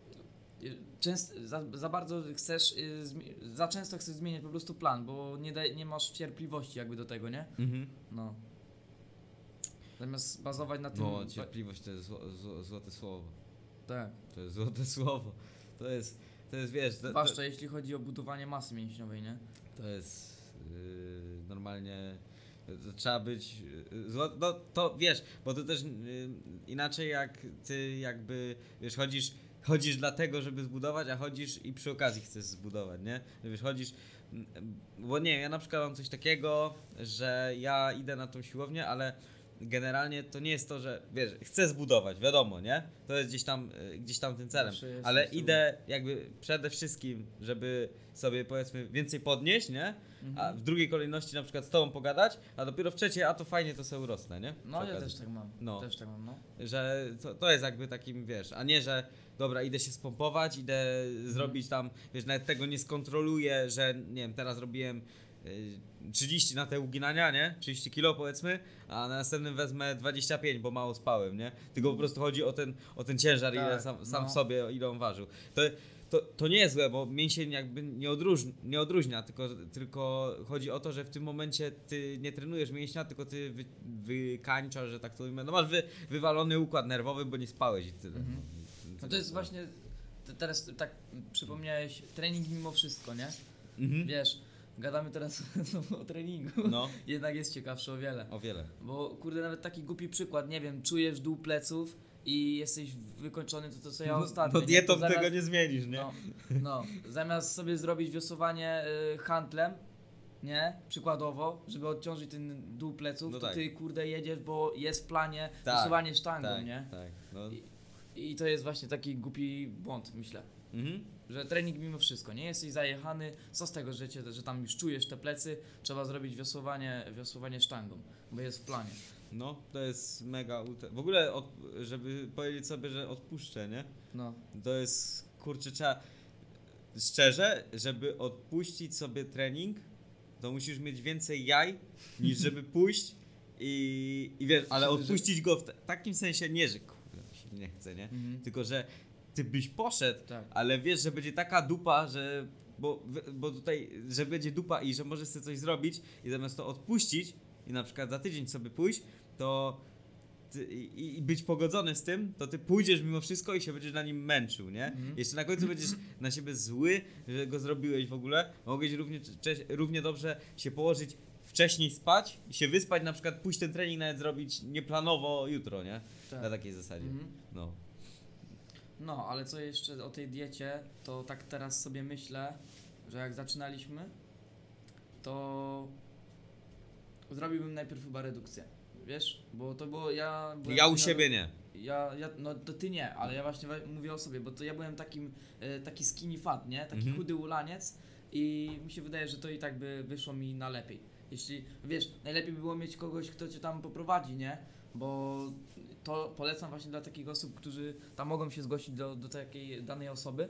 za bardzo chcesz, za często chcesz zmieniać po prostu plan, bo nie masz cierpliwości jakby do tego, nie? Mhm. No. Zamiast bazować na tym... No, cierpliwość to jest złote słowo. Tak. To jest złote słowo. To jest wiesz... Zwłaszcza jeśli chodzi o budowanie masy mięśniowej, nie? To jest normalnie... To trzeba być... no to wiesz, bo to też inaczej jak ty jakby, wiesz, chodzisz dlatego, żeby zbudować, a chodzisz i przy okazji chcesz zbudować, nie? Wiesz, chodzisz... Bo nie, ja na przykład mam coś takiego, że ja idę na tą siłownię, ale generalnie to nie jest to, że wiesz, chcę zbudować, wiadomo, nie? To jest gdzieś tam tym celem, ale idę jakby przede wszystkim, żeby sobie powiedzmy więcej podnieść, nie? A w drugiej kolejności na przykład z tobą pogadać, a dopiero w trzeciej, a to fajnie, to sobie urosnę, nie? No ja też tak mam. No. Też tak mam, no. Że to jest jakby takim, wiesz, a nie, że dobra, idę się spompować, idę zrobić tam, wiesz, nawet tego nie skontroluję, że nie wiem, teraz robiłem 30 na te uginania, nie? 30 kilo powiedzmy, a na następnym wezmę 25, bo mało spałem, nie? Tylko po prostu chodzi o ten ciężar, Tak, ile sam w sobie, ile on ważył. To nie jest złe, bo mięsień jakby nie odróżnia, tylko chodzi o to, że w tym momencie ty nie trenujesz mięśnia, tylko ty wykańczasz, że tak to ujmę. No masz wywalony układ nerwowy, bo nie spałeś i tyle. No to jest właśnie, teraz tak przypomniałeś, trening mimo wszystko, nie? Wiesz, gadamy teraz o treningu, No. jednak jest ciekawszy o wiele. O wiele. Bo kurde, nawet taki głupi przykład, nie wiem, czujesz dół pleców i jesteś wykończony, to co ja ostatnio. No dietą To zamiast- tego nie zmienisz, nie? No, zamiast sobie zrobić wiosłowanie handlem, nie, przykładowo, żeby odciążyć ten dół pleców, No to tak. ty kurde jedziesz, bo jest w planie Tak, wiosłowanie sztangą, Tak, nie? tak. No. I to jest właśnie taki głupi błąd, myślę. Że trening mimo wszystko, nie jesteś zajechany, co z tego, że tam już czujesz te plecy, trzeba zrobić wiosłowanie sztangą, bo jest w planie. No, to jest mega... W ogóle, żeby powiedzieć sobie, że odpuszczę, nie? No, To jest, kurczę, trzeba... Szczerze, żeby odpuścić sobie trening, to musisz mieć więcej jaj, niż żeby pójść i wiesz, ale odpuścić go w takim sensie nie, że kurde, mi się nie chce, nie? Tylko, że ty byś poszedł, tak. ale wiesz, że będzie taka dupa, że... Bo tutaj, że będzie dupa i że możesz sobie coś zrobić i zamiast to odpuścić i na przykład za tydzień sobie pójść, to i być pogodzony z tym, to ty pójdziesz mimo wszystko i się będziesz na nim męczył, nie? Jeszcze na końcu będziesz na siebie zły, że go zrobiłeś w ogóle. Mogłeś równie dobrze się położyć, wcześniej spać i się wyspać, na przykład pójść ten trening nawet zrobić nieplanowo jutro, nie? Tak. Na takiej zasadzie. No. No, ale co jeszcze o tej diecie, to tak teraz sobie myślę, że jak zaczynaliśmy, to zrobiłbym najpierw chyba redukcję, wiesz? Bo to było ja U siebie nie. No to ty nie, ale ja właśnie mówię o sobie, bo to ja byłem taki skinny fat, nie? Taki chudy ulaniec i mi się wydaje, że to i tak by wyszło mi na lepiej. Jeśli, wiesz, najlepiej by było mieć kogoś, kto cię tam poprowadzi, nie? Bo to polecam właśnie dla takich osób, którzy tam mogą się zgłosić do takiej danej osoby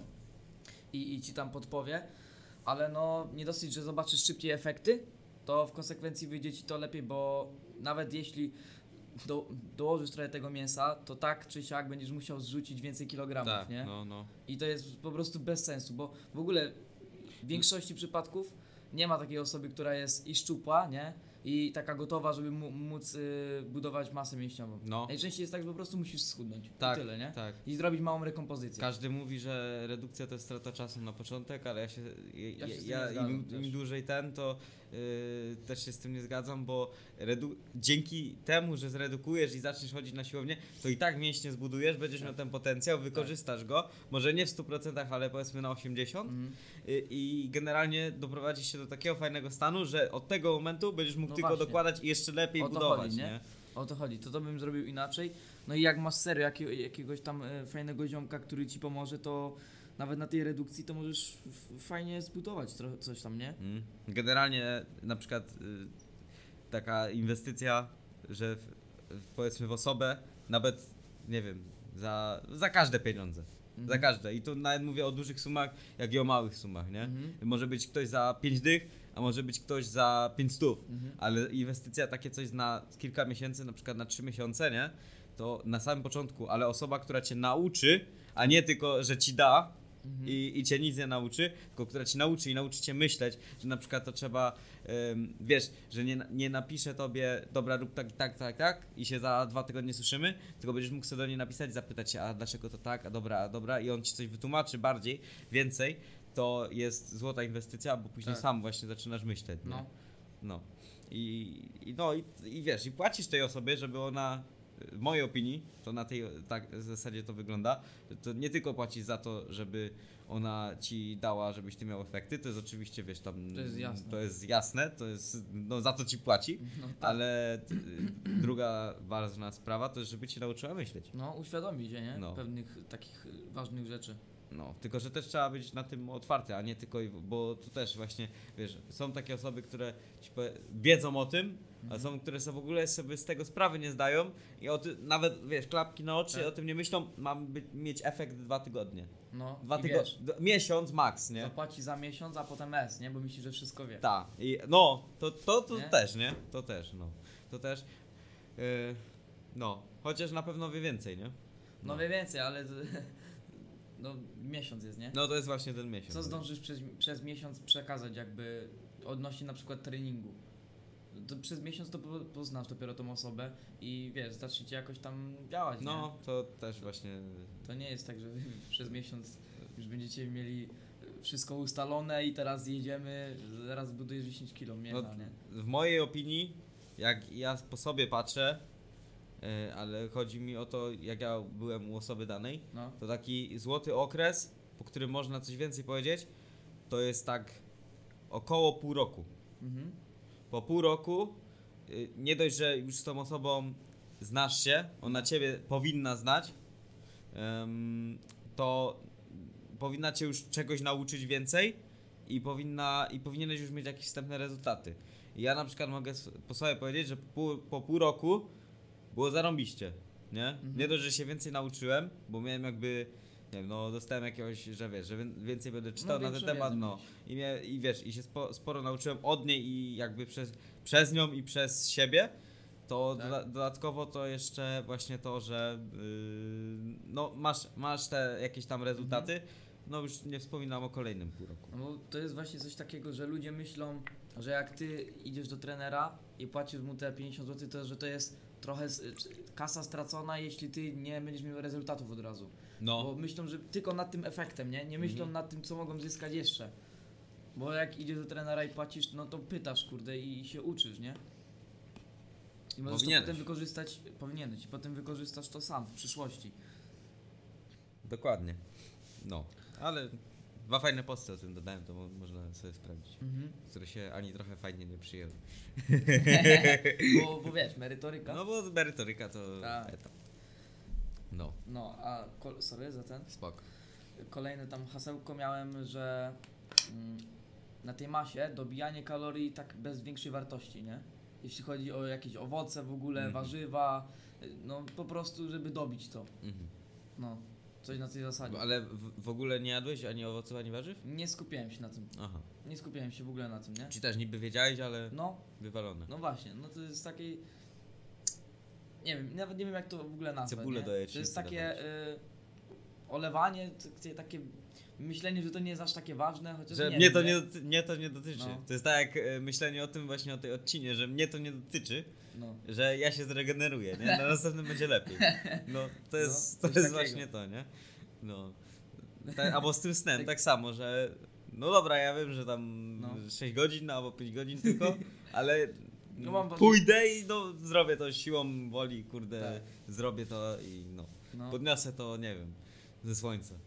i ci tam podpowie, ale no nie dosyć, że zobaczysz szybciej efekty, to w konsekwencji wyjdzie ci to lepiej, bo nawet jeśli dołożysz trochę tego mięsa, to tak czy siak będziesz musiał zrzucić więcej kilogramów, Tak, nie? no. I to jest po prostu bez sensu, bo w ogóle w większości przypadków nie ma takiej osoby, która jest i szczupła, nie? I taka gotowa, żeby móc budować masę mięśniową. No. Najczęściej jest tak, że po prostu musisz schudnąć. Tak, I tyle, nie? tak. I zrobić małą rekompozycję. Każdy mówi, że redukcja to jest strata czasu na początek, ale Ja się z tym nie zgadzam też. im dłużej to też się z tym nie zgadzam, bo dzięki temu, że zredukujesz i zaczniesz chodzić na siłownię, to i tak mięśnie zbudujesz, będziesz miał ten potencjał, wykorzystasz go, może nie w 100%, ale powiedzmy na 80% i generalnie doprowadzisz się do takiego fajnego stanu, że od tego momentu będziesz mógł tylko właśnie. dokładać i jeszcze lepiej O to budować, chodzi, nie? O to chodzi, to bym zrobił inaczej. No i jak masz serio jakiegoś tam fajnego ziomka, który ci pomoże, to nawet na tej redukcji to możesz fajnie zbudować coś tam, nie? Generalnie na przykład taka inwestycja, że powiedzmy w osobę, nawet nie wiem, za każde pieniądze. Za każde. I tu nawet mówię o dużych sumach, jak i o małych sumach, nie? Może być ktoś za 5 dych, a może być ktoś za 500. Ale inwestycja takie coś na kilka miesięcy, na przykład na 3 miesiące, nie? To na samym początku, ale osoba, która cię nauczy, a nie tylko, że ci da i cię nic nie nauczy, tylko która ci nauczy i nauczy cię myśleć, że na przykład to trzeba, wiesz, że nie napisze tobie, dobra, rób tak i się za 2 tygodnie słyszymy, tylko będziesz mógł sobie do niej napisać, zapytać się, a dlaczego to tak, a dobra i on ci coś wytłumaczy bardziej, więcej, to jest złota inwestycja, bo później sam właśnie zaczynasz myśleć, nie? No. I wiesz, i płacisz tej osobie, żeby ona, w mojej opinii, to na tej zasadzie to wygląda, to nie tylko płacisz za to, żeby ona ci dała, żebyś ty miał efekty, to jest oczywiście, wiesz, tam to jest jasne, to jest, no za to ci płaci, No, tak. ale druga ważna sprawa to jest, żeby cię nauczyła myśleć. No, uświadomić się, nie? No. Pewnych takich ważnych rzeczy. No, tylko że też trzeba być na tym otwarty, a nie tylko, bo tu też właśnie, wiesz, są takie osoby, które wiedzą o tym, a są, które w ogóle sobie z tego sprawy nie zdają i nawet, wiesz, klapki na oczy, Tak. o tym nie myślą, mieć efekt 2 tygodnie. No, 2 i tygodnie, wiesz, miesiąc max, nie? zapłaci za miesiąc, a potem nie? Bo myśli, że wszystko wie. Tak, no, to Nie? też, nie? To też, no. To też, no, chociaż na pewno wie więcej, nie? No wie więcej, ale no miesiąc jest, nie? No to jest właśnie ten miesiąc. Co zdążysz przez miesiąc przekazać jakby odnośnie na przykład treningu? to przez miesiąc to poznasz dopiero tą osobę i wiesz, zaczniecie jakoś tam działać, nie? No, to też właśnie... To nie jest tak, że wy przez miesiąc już będziecie mieli wszystko ustalone i teraz jedziemy, zaraz budujesz 10 kg mięsa, No, nie? w mojej opinii, jak ja po sobie patrzę, ale chodzi mi o to, jak ja byłem u osoby danej, No. to taki złoty okres, po którym można coś więcej powiedzieć, to jest tak około pół roku. Mhm. Po pół roku, nie dość, że już z tą osobą znasz się, ona ciebie powinna znać, to powinna cię już czegoś nauczyć więcej i powinieneś już mieć jakieś wstępne rezultaty. I ja na przykład mogę po sobie powiedzieć, że po pół roku było zarąbiście, nie? Mhm. Nie dość, że się więcej nauczyłem, bo miałem jakby, nie wiem, no dostałem jakiegoś, że wiesz, że więcej będę czytał na ten większą temat, wiedzę no. miałeś. I wiesz, i się sporo nauczyłem od niej i jakby przez nią i przez siebie. To Tak. dodatkowo to jeszcze właśnie to, że no masz te jakieś tam rezultaty, no już nie wspominam o kolejnym pół roku. No bo to jest właśnie coś takiego, że ludzie myślą, że jak ty idziesz do trenera i płacisz mu te 50 zł, to że to jest trochę kasa stracona, jeśli ty nie będziesz miał rezultatów od razu. No. Bo myślą, że tylko nad tym efektem, nie? Nie myślą nad tym, co mogą zyskać jeszcze. Bo jak idziesz do trenera i płacisz, no to pytasz, kurde, i się uczysz, nie? I możesz to potem wykorzystać, powinieneś, i potem wykorzystasz to sam w przyszłości. Dokładnie. No, ale dwa fajne posty o tym dodałem, to można sobie sprawdzić. Które się ani trochę fajnie nie przyjęły. bo wiesz, merytoryka. No bo merytoryka to Tak. etap. No, No, a sorry za ten. spoko. Kolejne tam hasełko miałem, że na tej masie dobijanie kalorii tak bez większej wartości, nie? Jeśli chodzi o jakieś owoce w ogóle, warzywa, no po prostu, żeby dobić to. No, coś na tej zasadzie. Ale w ogóle nie jadłeś ani owoców, ani warzyw? Nie skupiałem się na tym. Aha. Nie skupiałem się w ogóle na tym, nie? Czy też niby wiedziałeś, ale No, wywalone. no właśnie, no to jest takie... Nie wiem, nawet nie wiem jak to w ogóle nazwać, Cebulę nie? do To jajecznicy jest takie dawałeś. olewanie, takie myślenie, że to nie jest aż takie ważne, chociaż Że nie mnie wiem, to nie dotyczy. No. To jest tak jak myślenie o tym właśnie, o tej odcinie, że mnie to nie dotyczy, no. że ja się zregeneruję, nie? Na następnym będzie lepiej. No, to jest, coś to jest takiego. właśnie to, nie? No. Albo z tym snem tak samo, że no dobra, ja wiem, że tam No. 6 godzin albo 5 godzin tylko, ale No mam pójdę i no, zrobię to siłą woli, kurde, Tak. zrobię to i no, No. podniosę to, nie wiem, ze słońca.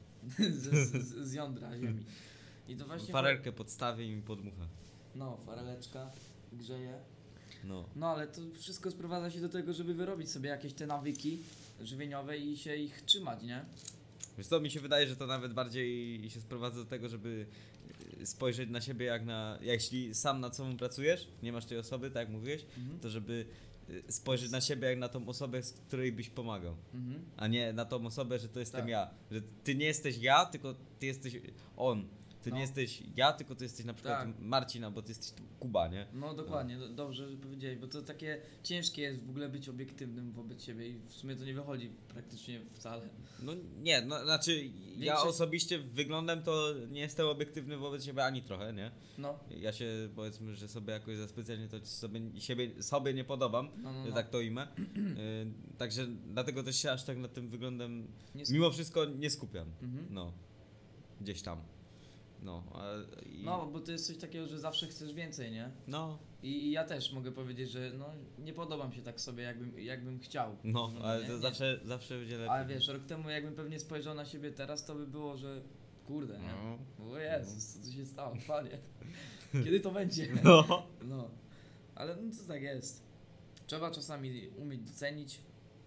z jądra ziemi. I to właśnie... Farelkę podstawię i mi podmucha. No, fareleczka grzeje. No. No ale to wszystko sprowadza się do tego, żeby wyrobić sobie jakieś te nawyki żywieniowe i się ich trzymać, nie? Wiesz co, mi się wydaje, że to nawet bardziej się sprowadza do tego, żeby spojrzeć na siebie jak na... Jeśli sam nad sobą pracujesz, nie masz tej osoby, tak jak mówiłeś, to żeby spojrzeć na siebie jak na tą osobę, z której byś pomagał. A nie na tą osobę, że to jestem Tak. ja. Że ty nie jesteś ja, tylko ty jesteś on. Ty No. nie jesteś ja, tylko ty jesteś na przykład Tak. Marcin, albo ty jesteś Kuba, nie? No dokładnie, dobrze że powiedziałeś, bo to takie ciężkie jest w ogóle być obiektywnym wobec siebie i w sumie to nie wychodzi praktycznie wcale. No nie, no, znaczy ja Większość- osobiście wyglądem to nie jestem obiektywny wobec siebie ani trochę, nie? No, Ja się powiedzmy, że sobie jakoś za specjalnie to sobie nie podobam, no. że tak to imę. Także dlatego też się aż tak nad tym wyglądem Nie mimo wszystko nie skupiam. Mhm. No. Gdzieś tam. No, No, bo to jest coś takiego, że zawsze chcesz więcej, nie? no, I ja też mogę powiedzieć, że no nie podobam się tak sobie, jakbym chciał. no, ale nie, to nie. zawsze będzie lepiej. Ale wiesz, rok temu jakbym pewnie spojrzał na siebie teraz, to by było, że kurde, nie? No. O Jezus, co tu się stało, panie? Kiedy to będzie? No. No, ale no to tak jest. Trzeba czasami umieć docenić,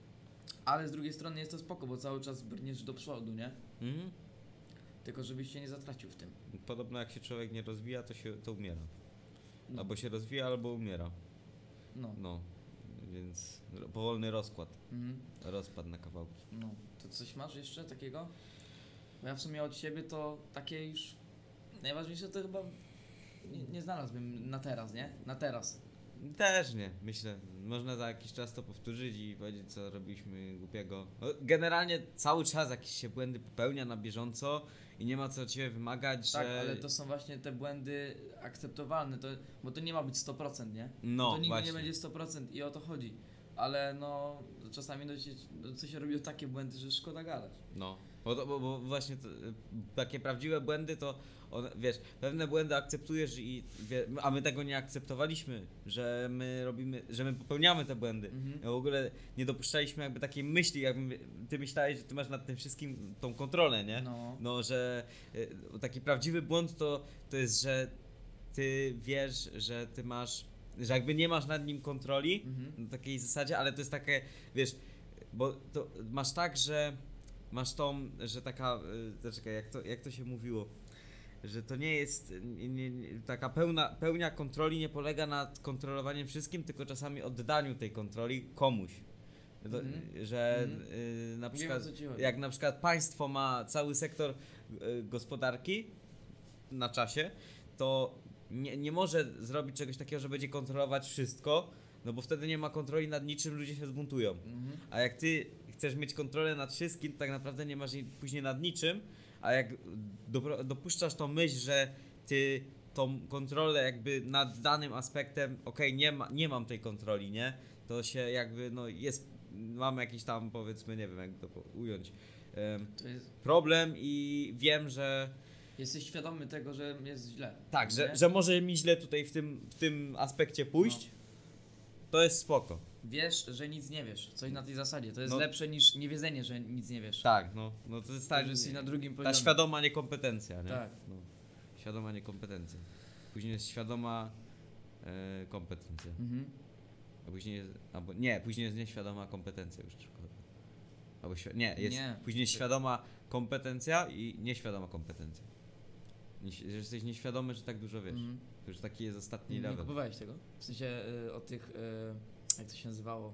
ale z drugiej strony jest to spoko, bo cały czas brniesz do przodu, nie? Mhm. Tylko żebyś się nie zatracił w tym. Podobno jak się człowiek nie rozwija, to umiera. No. Albo się rozwija, albo umiera. No. No. Więc powolny rozkład. Mhm. Rozpad na kawałki. No. To coś masz jeszcze takiego? Bo ja w sumie od siebie to takie już najważniejsze to chyba nie znalazłbym na teraz, nie? Na teraz. Też nie, myślę. Można za jakiś czas to powtórzyć i powiedzieć, co robiliśmy głupiego. No, generalnie cały czas jakieś się błędy popełnia na bieżąco i nie ma co od ciebie wymagać, Tak, że... ale to są właśnie te błędy akceptowalne, bo to nie ma być 100%, nie? No, to nigdy właśnie. nie będzie 100% i o to chodzi. Ale no, czasami co się robi takie błędy, że szkoda gadać. No, bo właśnie takie prawdziwe błędy to, wiesz, pewne błędy akceptujesz a my tego nie akceptowaliśmy, że my popełniamy te błędy. Mhm. W ogóle nie dopuszczaliśmy jakby takiej myśli, jakby ty myślałeś, że ty masz nad tym wszystkim tą kontrolę, nie? No, że taki prawdziwy błąd to jest, że ty wiesz, że ty masz, że jakby nie masz nad nim kontroli, na takiej zasadzie, ale to jest takie, wiesz, bo to masz tak, że masz że taka, czekaj, jak to się mówiło, że to nie jest, taka pełnia kontroli nie polega na kontrolowaniem wszystkim, tylko czasami oddaniu tej kontroli komuś. Że na przykład, jak na przykład państwo ma cały sektor gospodarki na czasie, to nie może zrobić czegoś takiego, że będzie kontrolować wszystko, no bo wtedy nie ma kontroli nad niczym, ludzie się zbuntują. A jak ty chcesz mieć kontrolę nad wszystkim, to tak naprawdę nie masz jej później nad niczym, a jak dopuszczasz tą myśl, że ty tą kontrolę jakby nad danym aspektem, nie mam tej kontroli, nie? To się jakby, no mamy jakiś tam, powiedzmy, nie wiem jak to ująć, to jest... problem i wiem, że... Jesteś świadomy tego, że jest źle. Tak, że może mi źle tutaj w tym aspekcie pójść, to jest spoko. Wiesz, że nic nie wiesz, coś na tej zasadzie. To jest lepsze niż niewiedzenie, że nic nie wiesz. Tak, no to jest tak, że jesteś na drugim poziomie. Ta świadoma niekompetencja, nie? Tak. No, świadoma niekompetencja. Później jest świadoma kompetencja. A później jest, później jest nieświadoma kompetencja już tylko. Później jest świadoma kompetencja i nieświadoma kompetencja. Że jesteś nieświadomy, że tak dużo wiesz. To już taki jest ostatni level. Nie kupowałeś tego? W sensie o tych, jak to się nazywało?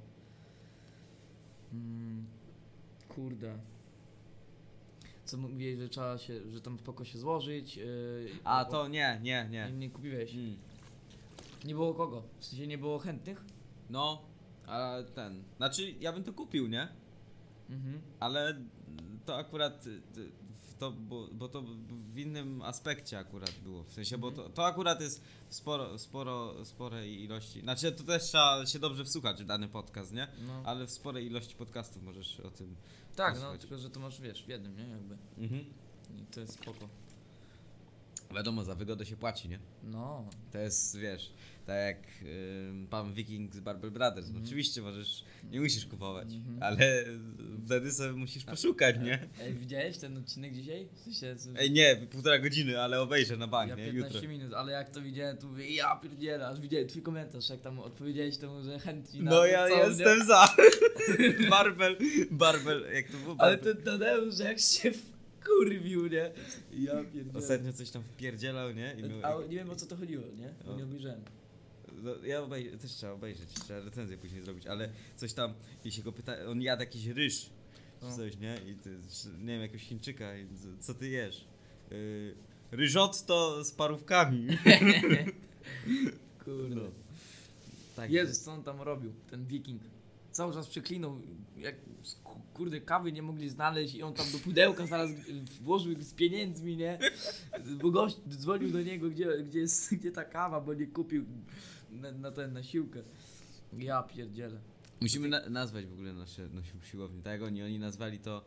Kurde. Co mówiłeś, że trzeba się, że tam spoko się złożyć. Nie. Nie kupiłeś. Nie było kogo? W sensie nie było chętnych? No, ale znaczy ja bym to kupił, nie? Ale to akurat bo to w innym aspekcie akurat było, w sensie, bo to akurat jest sporej ilości, znaczy to też trzeba się dobrze wsłuchać w dany podcast, nie? No. Ale w sporej ilości podcastów możesz o tym tak, posłuchać. tylko że to masz, wiesz, w jednym, nie? Jakby. I to jest spoko. Wiadomo, za wygodę się płaci, nie? No. To jest, wiesz, tak jak pan Viking z Barbell Brothers. Oczywiście nie musisz kupować, ale wtedy sobie musisz poszukać, nie? Ej, widziałeś ten odcinek dzisiaj? W sensie, Ej, nie, 1,5 godziny, ale obejrzę na bank, ja nie? 15 Jutro. minut, ale jak to widziałem, to mówię, ja pierdzielę, aż widziałem twój komentarz, jak tam odpowiedziałeś temu, że chętni na... No ja jestem za. Barbell, jak to było? Ale ten Tadeusz, jak się wkurwił, nie? Ja pierdzielę. Ostatnio coś tam wpierdzielał, nie? A nie wiem, o co to chodziło, nie? Nie obejrzałem. No, też trzeba obejrzeć, trzeba recenzję później zrobić, ale coś tam, i się go pyta, on jadł jakiś ryż, czy coś, nie? I ty, nie wiem, jakiegoś Chińczyka, i co ty jesz? Ryżotto z parówkami. Kurde. No. Tak. Jezus, co on tam robił, ten Wiking? Cały czas przeklinał, jak kurde kawy nie mogli znaleźć i on tam do pudełka zaraz włożył z pieniędzmi, nie? Bo gość dzwonił do niego, gdzie ta kawa, bo nie kupił na siłkę. Ja pierdzielę. Musimy nazwać w ogóle naszą siłownię, tak jak oni nazwali to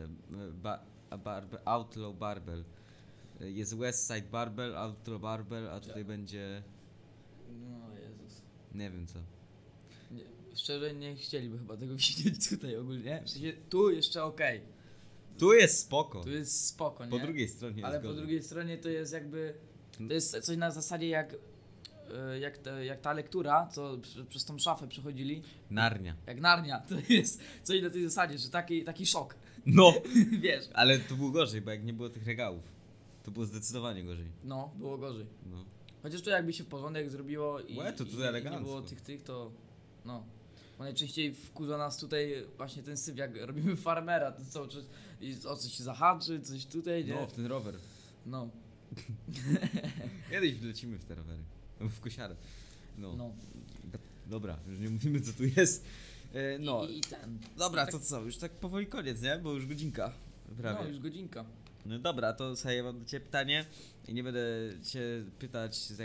Outlaw Barbell. Jest West Side Barbell, Outlaw Barbell, a tutaj będzie... No Jezus. Nie wiem co. Szczerze nie chcieliby chyba tego widzieć tutaj ogólnie. W sensie tu jeszcze okej. Tu jest spoko. Tu jest spoko, nie? Po drugiej stronie ale po drugiej stronie to jest jakby... To jest coś na zasadzie jak ta lektura, co przez tą szafę przechodzili. Narnia. Jak Narnia. To jest coś na tej zasadzie, że taki szok. No. Wiesz. Ale to było gorzej, bo jak nie było tych regałów. To było zdecydowanie gorzej. No, było gorzej. No. Chociaż to jakby się w porządek zrobiło i nie było tych, to no. Bo najczęściej wkurza nas tutaj właśnie ten syf, jak robimy farmera, to co, o coś się zahaczy, coś tutaj, nie? No, w ten rower. No. Kiedyś wlecimy w te rowery. W kosiarę. No. Dobra, już nie mówimy co tu jest. No. I ten. Dobra, to co? Już tak powoli koniec, nie? Bo już godzinka. Prawie. No, już godzinka. No dobra, to sobie mam do ciebie pytanie i nie będę cię pytać z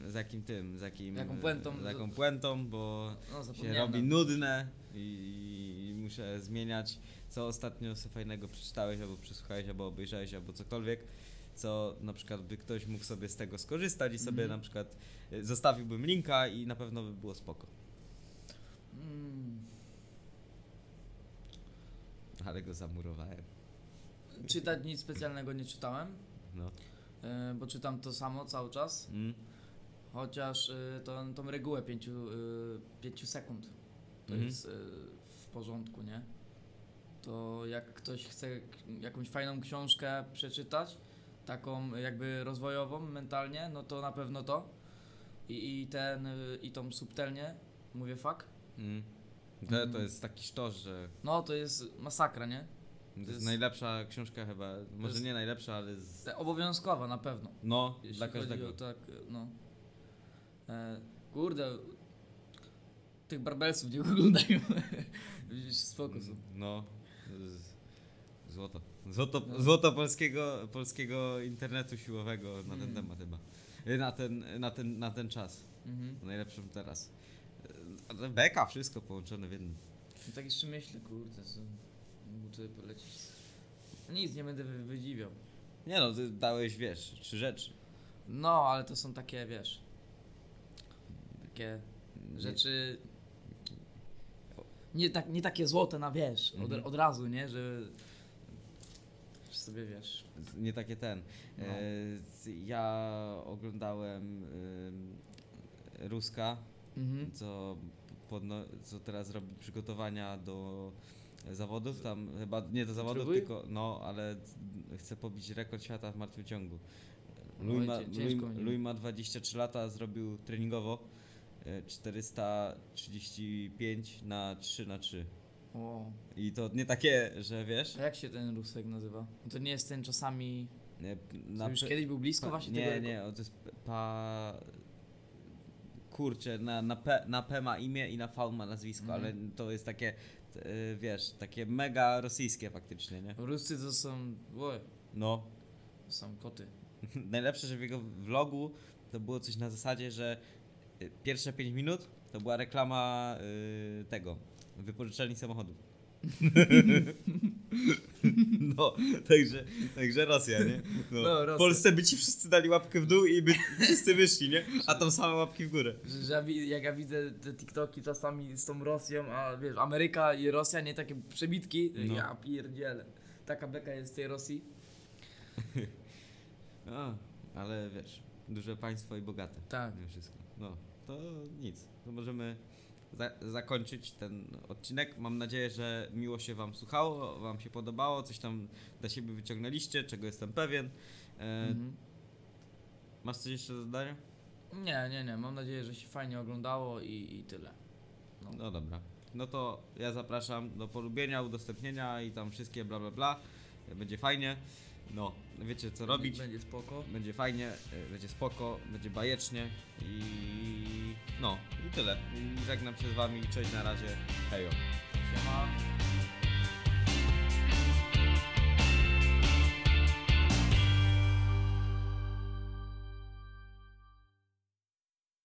jaką puentą, bo No, się zapomniałem. robi nudne i muszę zmieniać. Co ostatnio sobie fajnego przeczytałeś, albo przesłuchałeś, albo obejrzałeś, albo cokolwiek, co na przykład by ktoś mógł sobie z tego skorzystać i sobie na przykład zostawiłbym linka i na pewno by było spoko. Ale go zamurowałem. Czytać nic specjalnego nie czytałem, No. bo czytam to samo cały czas. Chociaż tą regułę 5 sekund to jest w porządku, nie? To jak ktoś chce jakąś fajną książkę przeczytać, taką jakby rozwojową mentalnie, no to na pewno to. I tą subtelnie, mówię fuck. To jest taki sztos, że No to jest masakra, nie? to jest najlepsza książka chyba, może nie najlepsza, ale Obowiązkowa na pewno. no, Jeśli dla chodzi każdego. o tak, no. Kurde, tych barbelsów nie oglądają. Spoko są. No, złoto polskiego internetu siłowego na ten temat chyba. Na ten czas. Najlepszym teraz. Beka, wszystko połączone w jednym. No tak jeszcze myślę, kurde, co mógł tutaj polecieć. Nic, nie będę wydziwiał. Nie no, ty dałeś, wiesz, 3 rzeczy. No, ale to są takie, wiesz, takie rzeczy nie takie złote na, wiesz, od razu, nie, że sobie, wiesz. Nie takie ten. No. Ja oglądałem Ruska, co teraz robi przygotowania do zawodów, tam chyba nie do zawodów, tylko ale chce pobić rekord świata w martwym ciągu. Louis ma 23 lata, zrobił treningowo 435 na 3x3. O. I to nie takie, że wiesz. A jak się ten Rusek nazywa? To nie jest ten czasami. Na już kiedyś był blisko właśnie tego. Nie, to jest kurczę, na P ma imię i na V ma nazwisko, ale to jest takie, wiesz, takie mega rosyjskie faktycznie, nie? Ruscy to są. No. To są koty. Najlepsze, że w jego vlogu to było coś na zasadzie, że pierwsze 5 minut to była reklama tego, wypożyczalni samochodów. No, także Rosja, nie? No, Rosja. W Polsce by ci wszyscy dali łapkę w dół i by wszyscy wyszli, nie? A tam same łapki w górę. Jak ja widzę te TikToki czasami z tą Rosją, a wiesz, Ameryka i Rosja, nie takie przebitki, ja pierdzielę. Taka beka jest z tej Rosji. Ale wiesz, duże państwo i bogate. Tak. Wszystko. No, to nic. To możemy zakończyć ten odcinek. Mam nadzieję, że miło się wam słuchało, wam się podobało, coś tam dla siebie wyciągnęliście, czego jestem pewien. Masz coś jeszcze do dodania? Nie. Mam nadzieję, że się fajnie oglądało i tyle. No dobra. No to ja zapraszam do polubienia, udostępnienia i tam wszystkie bla bla bla. Będzie fajnie. No, wiecie co robić. Będzie spoko. Będzie fajnie, będzie spoko, będzie bajecznie i tyle. I żegnam się z wami. Cześć, na razie. Hejo. Siema.